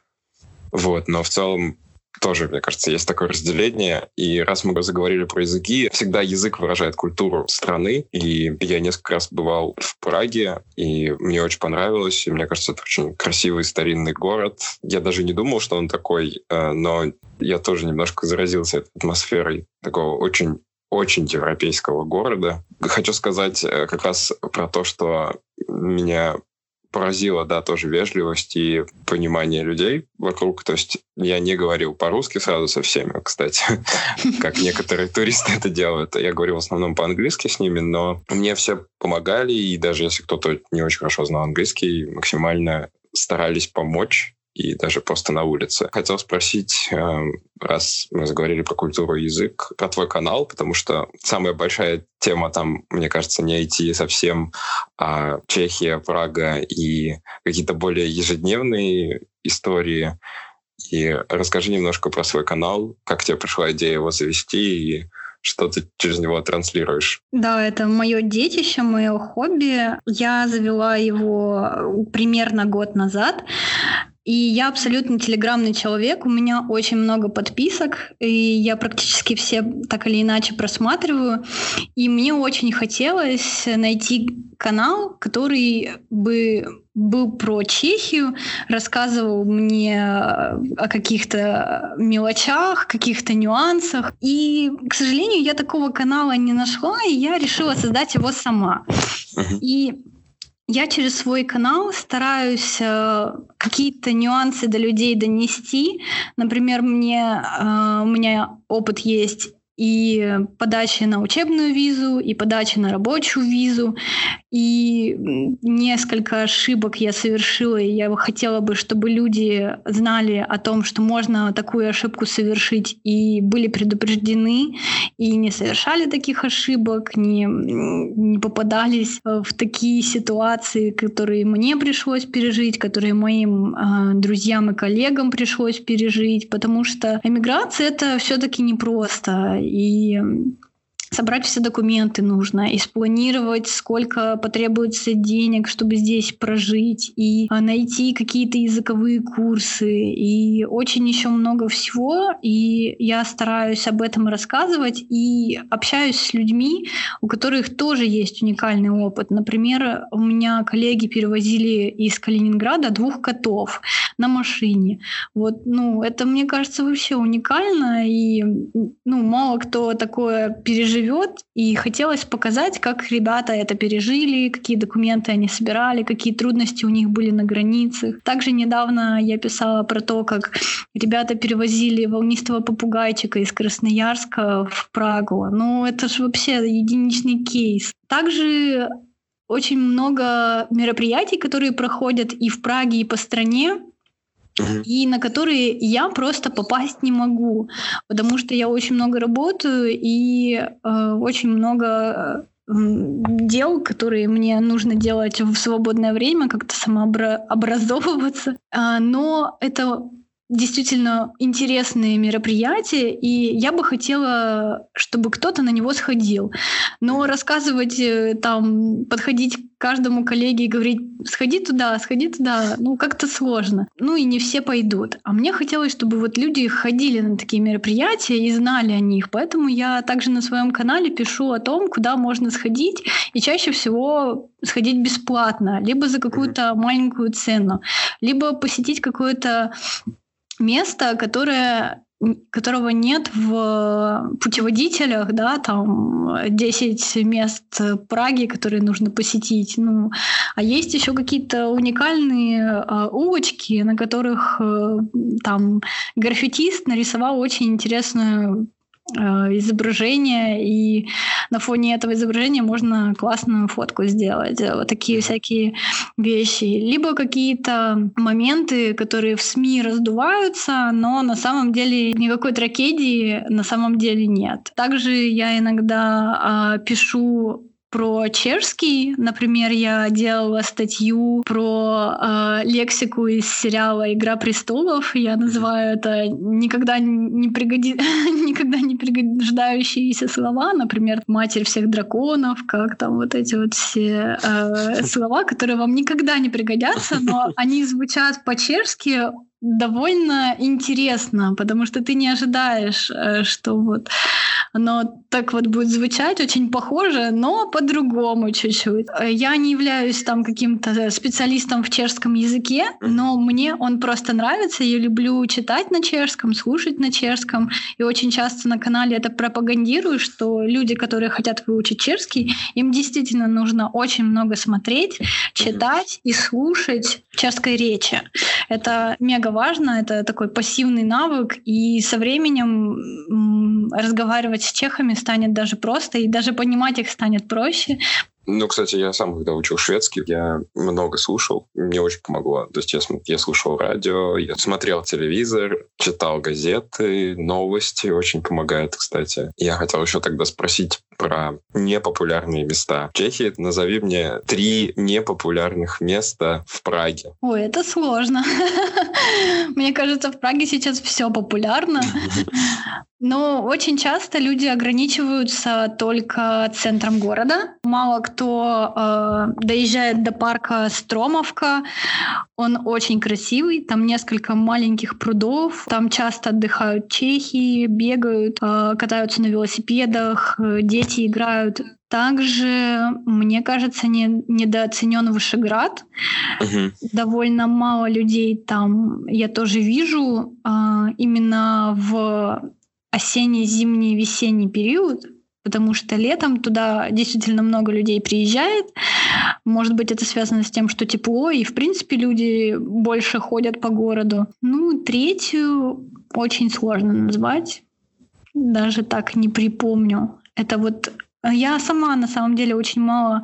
Speaker 2: Вот. Но в целом тоже, мне кажется, есть такое разделение. И раз мы заговорили про языки, всегда язык выражает культуру страны. И я несколько раз бывал в Праге, и мне очень понравилось. И мне кажется, это очень красивый старинный город. Я даже не думал, что он такой, но я тоже немножко заразился этой атмосферой такого очень очень европейского города. Хочу сказать как раз про то, что меня поразила, да, тоже вежливость и понимание людей вокруг. То есть я не говорил по-русски сразу со всеми, кстати, как некоторые туристы это делают. Я говорил в основном по-английски с ними, но мне все помогали, и даже если кто-то не очень хорошо знал английский, максимально старались помочь, и даже просто на улице. Хотел спросить, раз мы заговорили про культуру и язык, про твой канал, потому что самая большая тема там, мне кажется, не ай ти совсем, а Чехия, Прага и какие-то более ежедневные истории. И расскажи немножко про свой канал, как тебе пришла идея его завести и что ты через него транслируешь.
Speaker 3: Да, это мое детище, мое хобби. Я завела его примерно год назад. И я абсолютно телеграмный человек, у меня очень много подписок, и я практически все так или иначе просматриваю. И мне очень хотелось найти канал, который бы был про Чехию, рассказывал мне о каких-то мелочах, каких-то нюансах. И, к сожалению, я такого канала не нашла, и я решила создать его сама. И я через свой канал стараюсь э, какие-то нюансы до людей донести. Например, мне, э, у меня опыт есть и подачи на учебную визу, и подачи на рабочую визу. И несколько ошибок я совершила, и я хотела бы, чтобы люди знали о том, что можно такую ошибку совершить, и были предупреждены, и не совершали таких ошибок, не, не попадались в такие ситуации, которые мне пришлось пережить, которые моим э, друзьям и коллегам пришлось пережить, потому что эмиграция — это все-таки непросто. И собрать все документы нужно, и спланировать, сколько потребуется денег, чтобы здесь прожить, и найти какие-то языковые курсы, и очень еще много всего. И я стараюсь об этом рассказывать и общаюсь с людьми, у которых тоже есть уникальный опыт. Например, у меня коллеги перевозили из Калининграда двух котов на машине. Вот, ну, это, мне кажется, вообще уникально, и ну, мало кто такое переживет. И хотелось показать, как ребята это пережили, какие документы они собирали, какие трудности у них были на границах. Также недавно я писала про то, как ребята перевозили волнистого попугайчика из Красноярска в Прагу. Ну, это же вообще единичный кейс. Также очень много мероприятий, которые проходят и в Праге, и по стране, и на которые я просто попасть не могу, потому что я очень много работаю и э, очень много э, дел, которые мне нужно делать в свободное время, как-то самообразовываться. Э, но это действительно интересные мероприятия, и я бы хотела, чтобы кто-то на него сходил. Но рассказывать там, подходить к каждому коллеге и говорить: сходи туда, сходи туда, ну как-то сложно. Ну и не все пойдут. А мне хотелось, чтобы вот люди ходили на такие мероприятия и знали о них. Поэтому я также на своем канале пишу о том, куда можно сходить, и чаще всего сходить бесплатно, либо за какую-то маленькую цену, либо посетить какое-то место, которое, которого нет в путеводителях, да, там десять мест Праги, которые нужно посетить. Ну, а есть еще какие-то уникальные э, улочки, на которых э, там граффитист нарисовал очень интересную изображение, и на фоне этого изображения можно классную фотку сделать. Вот такие всякие вещи. Либо какие-то моменты, которые в СМИ раздуваются, но на самом деле никакой трагедии на самом деле нет. Также я иногда э, пишу про чешский. Например, я делала статью про э, лексику из сериала «Игра престолов». Я называю это никогда не, пригоди... никогда не пригождающиеся слова. Например, «матерь всех драконов», как там вот эти вот все э, слова, которые вам никогда не пригодятся, но они звучат по-чешски довольно интересно, потому что ты не ожидаешь, что вот оно так вот будет звучать, очень похоже, но по-другому чуть-чуть. Я не являюсь там каким-то специалистом в чешском языке, но мне он просто нравится. Я люблю читать на чешском, слушать на чешском, и очень часто на канале это пропагандирую, что люди, которые хотят выучить чешский, им действительно нужно очень много смотреть, читать и слушать чешской речи. Это мега важно, это такой пассивный навык, и со временем разговаривать с чехами станет даже просто, и даже понимать их станет проще.
Speaker 2: Ну, кстати, я сам, когда учил шведский, я много слушал, мне очень помогло. То есть я, я слушал радио, я смотрел телевизор, читал газеты, новости, очень помогает, кстати. Я хотел еще тогда спросить про непопулярные места. В Чехии назови мне три непопулярных места в Праге.
Speaker 3: Ой, это сложно. Мне кажется, в Праге сейчас все популярно. Но очень часто люди ограничиваются только центром города. Мало кто э, доезжает до парка Стромовка. Он очень красивый. Там несколько маленьких прудов. Там часто отдыхают чехи, бегают, э, катаются на велосипедах, э, дети играют. Также, мне кажется, не, недооценен Вышеград. Uh-huh. Довольно мало людей там я тоже вижу. Э, именно в осенний, зимний, весенний период, потому что летом туда действительно много людей приезжает. Может быть, это связано с тем, что тепло, и, в принципе, люди больше ходят по городу. Ну, третью очень сложно назвать. Даже так не припомню. Это вот я сама, на самом деле, очень мало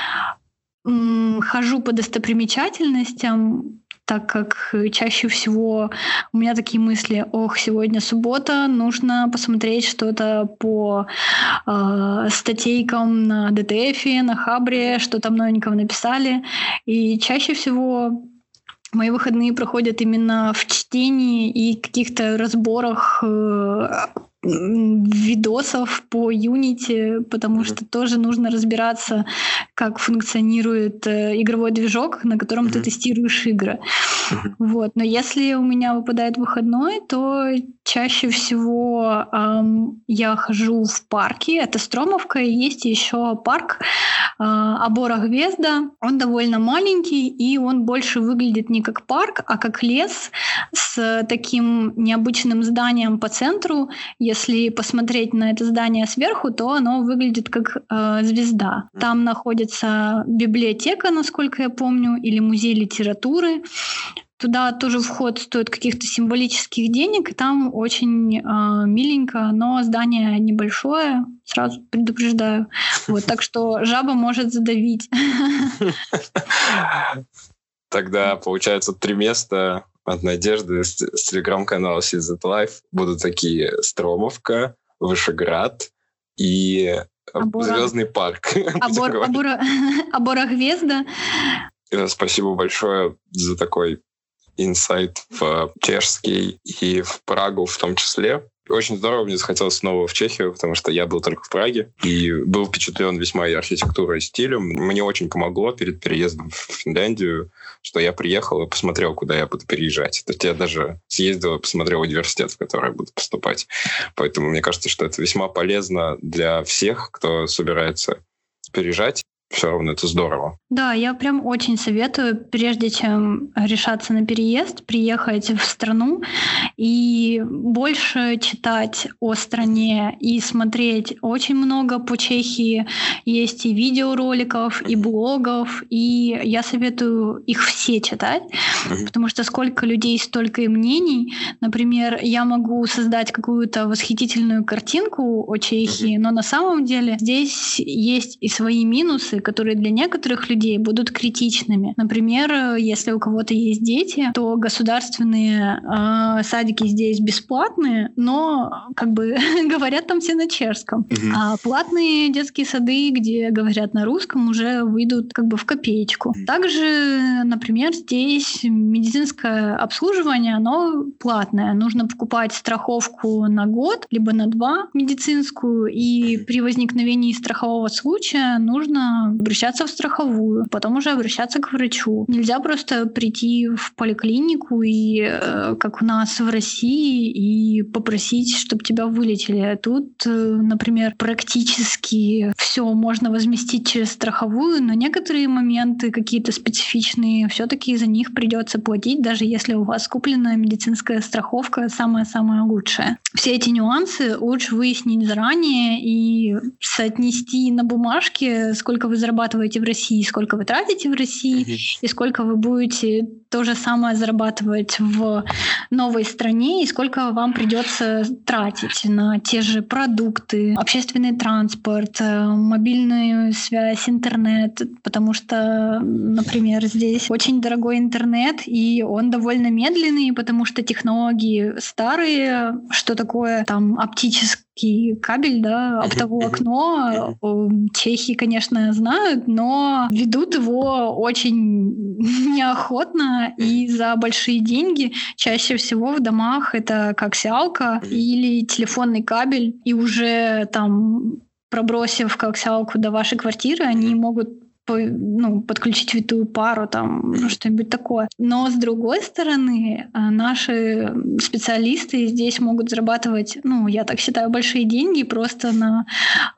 Speaker 3: м, хожу по достопримечательностям, так как чаще всего у меня такие мысли: ох, сегодня суббота, нужно посмотреть что-то по э, статейкам на дэ тэ эфе, на Хабре, что там новенького написали. И чаще всего мои выходные проходят именно в чтении и каких-то разборах э, видосов по Unity, потому mm-hmm. что тоже нужно разбираться, как функционирует э, игровой движок, на котором mm-hmm. ты тестируешь игры. Mm-hmm. Вот. Но если у меня выпадает выходной, то чаще всего эм, я хожу в парки. Это Стромовка, и есть еще парк э, Обора Гвезда. Он довольно маленький, и он больше выглядит не как парк, а как лес с таким необычным зданием по центру. Если посмотреть на это здание сверху, то оно выглядит как э, звезда. Там находится библиотека, насколько я помню, или музей литературы. Туда тоже вход стоит каких-то символических денег, и там очень э, миленько, но здание небольшое, сразу предупреждаю. Вот, так что жаба может задавить.
Speaker 2: Тогда, получается, три места от Надежды с, с телеграм-канала Сизет Лайф будут такие: Стромовка, Вышеград и Обора. Звездный парк.
Speaker 3: Обор, обора, обора Гвезда.
Speaker 2: Спасибо большое за такой инсайт в чешский и в Прагу в том числе. Очень здорово, мне захотелось снова в Чехию, потому что я был только в Праге и был впечатлен весьма и архитектурой, и стилем. Мне очень помогло перед переездом в Финляндию, что я приехал и посмотрел, куда я буду переезжать. То есть я даже съездил и посмотрел университет, в который я буду поступать. Поэтому мне кажется, что это весьма полезно для всех, кто собирается переезжать. Все равно это здорово.
Speaker 3: Да, я прям очень советую, прежде чем решаться на переезд, приехать в страну и больше читать о стране и смотреть. Очень много по Чехии есть и видеороликов, и блогов, и я советую их все читать, mm-hmm. потому что сколько людей, столько и мнений. Например, я могу создать какую-то восхитительную картинку о Чехии, mm-hmm. но на самом деле здесь есть и свои минусы, которые для некоторых людей будут критичными. Например, если у кого-то есть дети, то государственные э, садики здесь бесплатные, но как бы говорят там все на чешском. Mm-hmm. А платные детские сады, где говорят на русском, уже выйдут как бы в копеечку. Mm-hmm. Также, например, здесь медицинское обслуживание, оно платное. Нужно покупать страховку на год, либо на два медицинскую, и при возникновении страхового случая нужно обращаться в страховую, потом уже обращаться к врачу. Нельзя просто прийти в поликлинику и, э, как у нас в России, и попросить, чтобы тебя вылечили. Тут, э, например, практически все можно возместить через страховую, но некоторые моменты какие-то специфичные, все-таки за них придется платить, даже если у вас куплена медицинская страховка самая-самая лучшая. Все эти нюансы лучше выяснить заранее и соотнести на бумажке, сколько вы зарабатываете в России, сколько вы тратите в России, mm-hmm. и сколько вы будете то же самое зарабатывать в новой стране, и сколько вам придется тратить на те же продукты, общественный транспорт, мобильную связь, интернет, потому что, например, здесь очень дорогой интернет, и он довольно медленный, потому что технологии старые, что такое там оптический кабель, да, оптовое окно, чехи, конечно, знают, но ведут его очень неохотно и за большие деньги. Чаще всего в домах это коаксиалка или телефонный кабель, и уже там, пробросив коаксиалку до вашей квартиры, они могут ну, подключить витую пару, там, ну, что-нибудь такое. Но, с другой стороны, наши специалисты здесь могут зарабатывать, ну, я так считаю, большие деньги просто на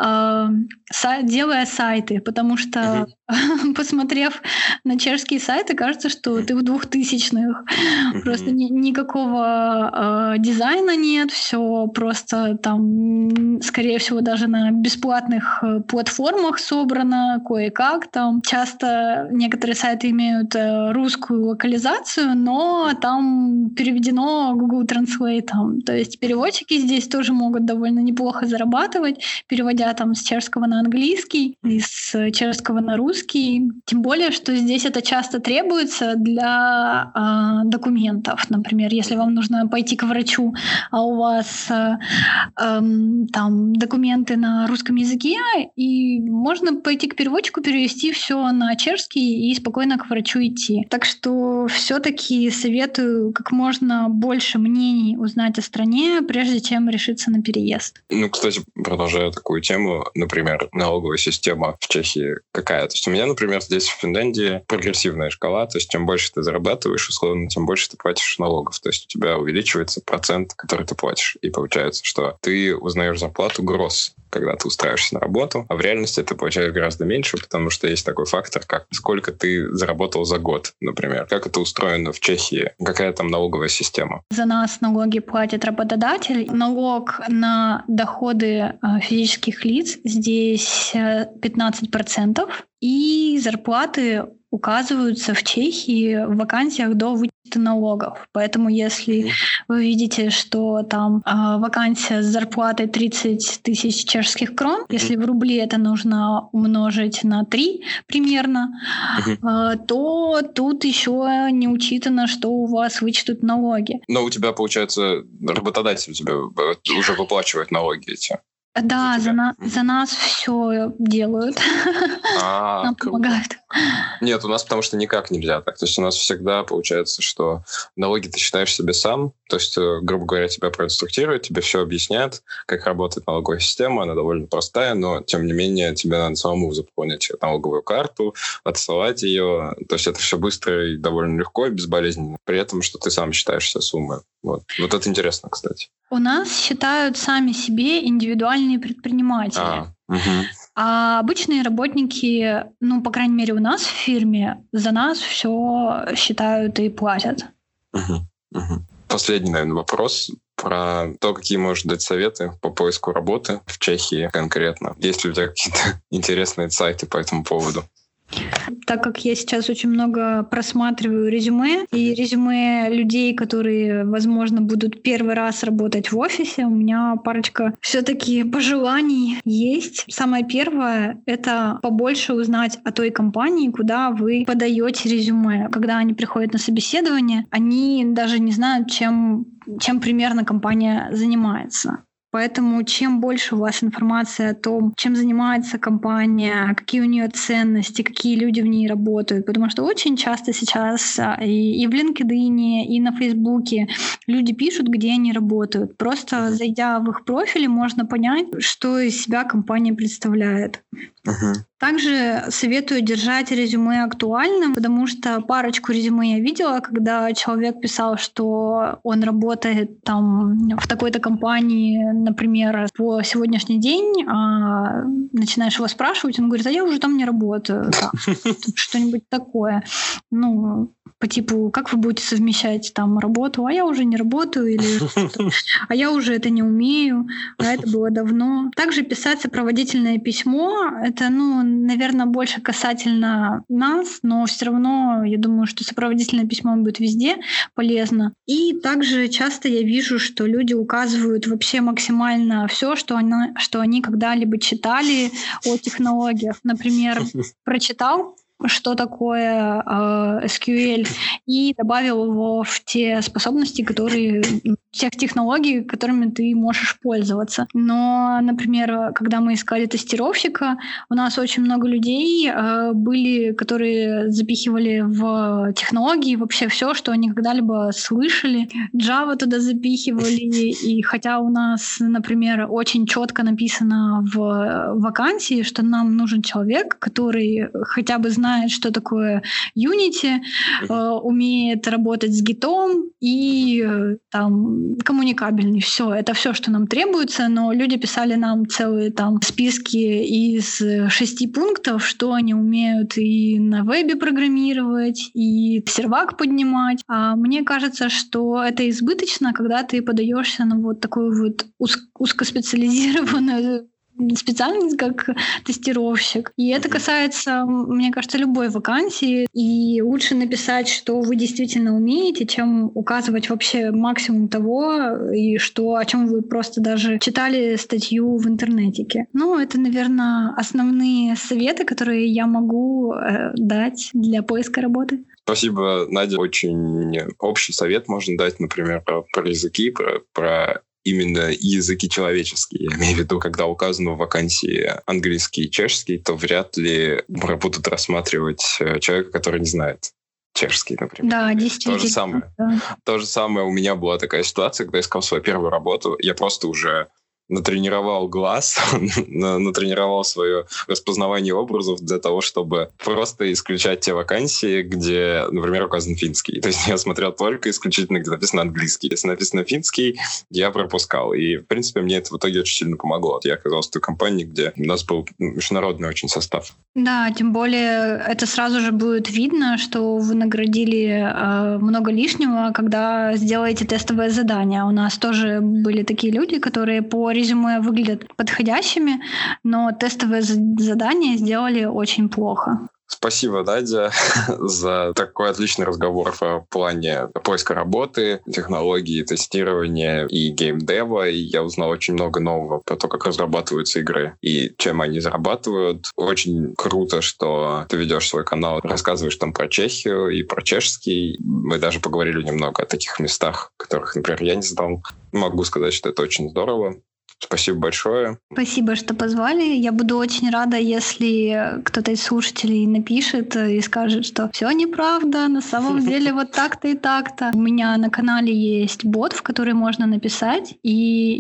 Speaker 3: э, сай- делая сайты, потому что, uh-huh. посмотрев на чешские сайты, кажется, что ты в двухтысячных. Uh-huh. Просто ни- никакого э, дизайна нет, все просто там, скорее всего, даже на бесплатных платформах собрано кое-как. Там часто некоторые сайты имеют русскую локализацию, но там переведено Google Translate. То есть переводчики здесь тоже могут довольно неплохо зарабатывать, переводя там с чешского на английский и с чешского на русский. русский, тем более, что здесь это часто требуется для э, документов. Например, если вам нужно пойти к врачу, а у вас э, э, там документы на русском языке, и можно пойти к переводчику, перевести все на чешский и спокойно к врачу идти. Так что все-таки советую как можно больше мнений узнать о стране, прежде чем решиться на переезд.
Speaker 2: Ну, кстати, продолжая такую тему, например, налоговая система в Чехии какая? То есть у меня, например, здесь в Финляндии прогрессивная шкала, то есть чем больше ты зарабатываешь, условно, тем больше ты платишь налогов. То есть у тебя увеличивается процент, который ты платишь. И получается, что ты узнаешь зарплату гросс, когда ты устраиваешься на работу, а в реальности ты получаешь гораздо меньше, потому что есть такой фактор, как сколько ты заработал за год, например. Как это устроено в Чехии? Какая там налоговая система?
Speaker 3: За нас налоги платит работодатель. Налог на доходы физических лиц здесь пятнадцать процентов. И зарплаты указываются в Чехии в вакансиях до вычета налогов. Поэтому если вы видите, что там э, вакансия с зарплатой тридцать тысяч чешских крон, если в рубли это нужно умножить на три примерно, э, то тут еще не учитано, что у вас вычтут налоги.
Speaker 2: Но у тебя, получается, работодатель тебе уже выплачивает налоги эти.
Speaker 3: Да,
Speaker 2: за,
Speaker 3: за, на, за нас все делают.
Speaker 2: А,
Speaker 3: Нам
Speaker 2: круто.
Speaker 3: помогают.
Speaker 2: Нет, у нас потому что никак нельзя так. То есть у нас всегда получается, что налоги ты считаешь себе сам. То есть, грубо говоря, тебя проинструктируют, тебе все объясняют, как работает налоговая система. Она довольно простая, но, тем не менее, тебе надо самому заполнять налоговую карту, отсылать ее. То есть это все быстро и довольно легко, и безболезненно. При этом, что ты сам считаешь все суммы. Вот. Вот это интересно, кстати.
Speaker 3: У нас считают сами себе индивидуальные предприниматели.
Speaker 2: А, угу.
Speaker 3: А обычные работники, ну, по крайней мере, у нас в фирме за нас все считают и платят.
Speaker 2: Угу. Угу. Последний, наверное, вопрос про то, какие можешь дать советы по поиску работы в Чехии конкретно. Есть ли у тебя какие-то интересные сайты по этому поводу?
Speaker 3: Так как я сейчас очень много просматриваю резюме, и резюме людей, которые, возможно, будут первый раз работать в офисе, у меня парочка все-таки пожеланий есть. Самое первое — это побольше узнать о той компании, куда вы подаете резюме. Когда они приходят на собеседование, они даже не знают, чем, чем примерно компания занимается. Поэтому чем больше у вас информации о том, чем занимается компания, какие у нее ценности, какие люди в ней работают, потому что очень часто сейчас и, и в LinkedIn, и на Фейсбуке люди пишут, где они работают. Просто зайдя в их профили, можно понять, что из себя компания представляет.
Speaker 2: Uh-huh.
Speaker 3: Также советую держать резюме актуальным, потому что парочку резюме я видела, когда человек писал, что он работает там в такой-то компании, например, по сегодняшний день, а начинаешь его спрашивать, он говорит, а я уже там не работаю. Да, что-нибудь такое. Ну, по типу, как вы будете совмещать там работу, а я уже не работаю, или а я уже это не умею, а это было давно. Также писать сопроводительное письмо, это, ну, наверное, больше касательно нас, но все равно я думаю, что сопроводительное письмо будет везде полезно. И также часто я вижу, что люди указывают вообще максимально все, что они, что они когда-либо читали о технологиях. Например, прочитал, что такое э, эс кью эль, и добавил его в те способности, которые, тех технологий, которыми ты можешь пользоваться. Но, например, когда мы искали тестировщика, у нас очень много людей э, были, которые запихивали в технологии вообще все, что они когда-либо слышали. Java туда запихивали, и хотя у нас, например, очень четко написано в вакансии, что нам нужен человек, который хотя бы знает, знает, что такое Unity, э, умеет работать с гитом и э, там коммуникабельный. Все, это все, что нам требуется, но люди писали нам целые там списки из шести пунктов, что они умеют и на вебе программировать, и сервак поднимать. А мне кажется, что это избыточно, когда ты подаешься на вот такую вот уз- узкоспециализированную специальность как тестировщик. И это касается, мне кажется, любой вакансии. И лучше написать, что вы действительно умеете, чем указывать вообще максимум того, и что, о чем вы просто даже читали статью в интернетике. Ну, это, наверное, основные советы, которые я могу э, дать для поиска работы.
Speaker 2: Спасибо, Надя. Очень общий совет можно дать, например, про, про языки, про, про именно языки человеческие. Я имею в виду, когда указано в вакансии английский и чешский, то вряд ли будут рассматривать человека, который не знает чешский, например.
Speaker 3: Да, действительно.
Speaker 2: То же самое.
Speaker 3: Да.
Speaker 2: То же самое у меня была такая ситуация, когда я искал свою первую работу. Я просто уже натренировал глаз, натренировал свое распознавание образов для того, чтобы просто исключать те вакансии, где, например, указан финский. То есть я смотрел только исключительно, где написано английский. Если написано финский, я пропускал. И, в принципе, мне это в итоге очень сильно помогло. Я оказался в той компании, где у нас был международный очень состав.
Speaker 3: Да, тем более это сразу же будет видно, что вы наградили э, много лишнего, когда сделаете тестовое задание. У нас тоже были такие люди, которые по резюме выглядят подходящими, но тестовые задания сделали очень плохо.
Speaker 2: Спасибо, Надя, за такой отличный разговор в плане поиска работы, технологий, тестирования и геймдева. И я узнал очень много нового про то, как разрабатываются игры и чем они зарабатывают. Очень круто, что ты ведешь свой канал, рассказываешь там про Чехию и про чешский. Мы даже поговорили немного о таких местах, которых, например, я не знал. Могу сказать, что это очень здорово. Спасибо большое.
Speaker 3: Спасибо, что позвали. Я буду очень рада, если кто-то из слушателей напишет и скажет, что все неправда, на самом деле вот так-то и так-то. У меня на канале есть бот, в который можно написать, и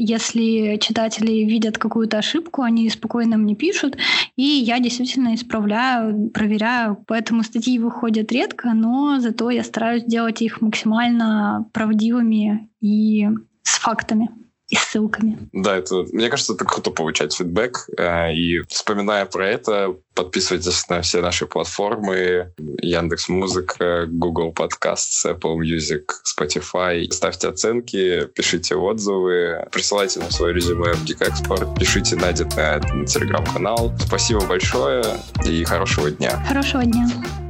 Speaker 3: если читатели видят какую-то ошибку, они спокойно мне пишут, и я действительно исправляю, проверяю. Поэтому статьи выходят редко, но зато я стараюсь делать их максимально правдивыми и с фактами. И ссылками.
Speaker 2: Да, это, мне кажется, это круто получать фидбэк. И вспоминая про это, подписывайтесь на все наши платформы: Яндекс.Музыка, Google Podcasts, Apple Music, Spotify. Ставьте оценки, пишите отзывы, присылайте нам свое резюме в GeekExpert, пишите Наде на Телеграм-канал. Спасибо большое и хорошего дня.
Speaker 3: Хорошего дня.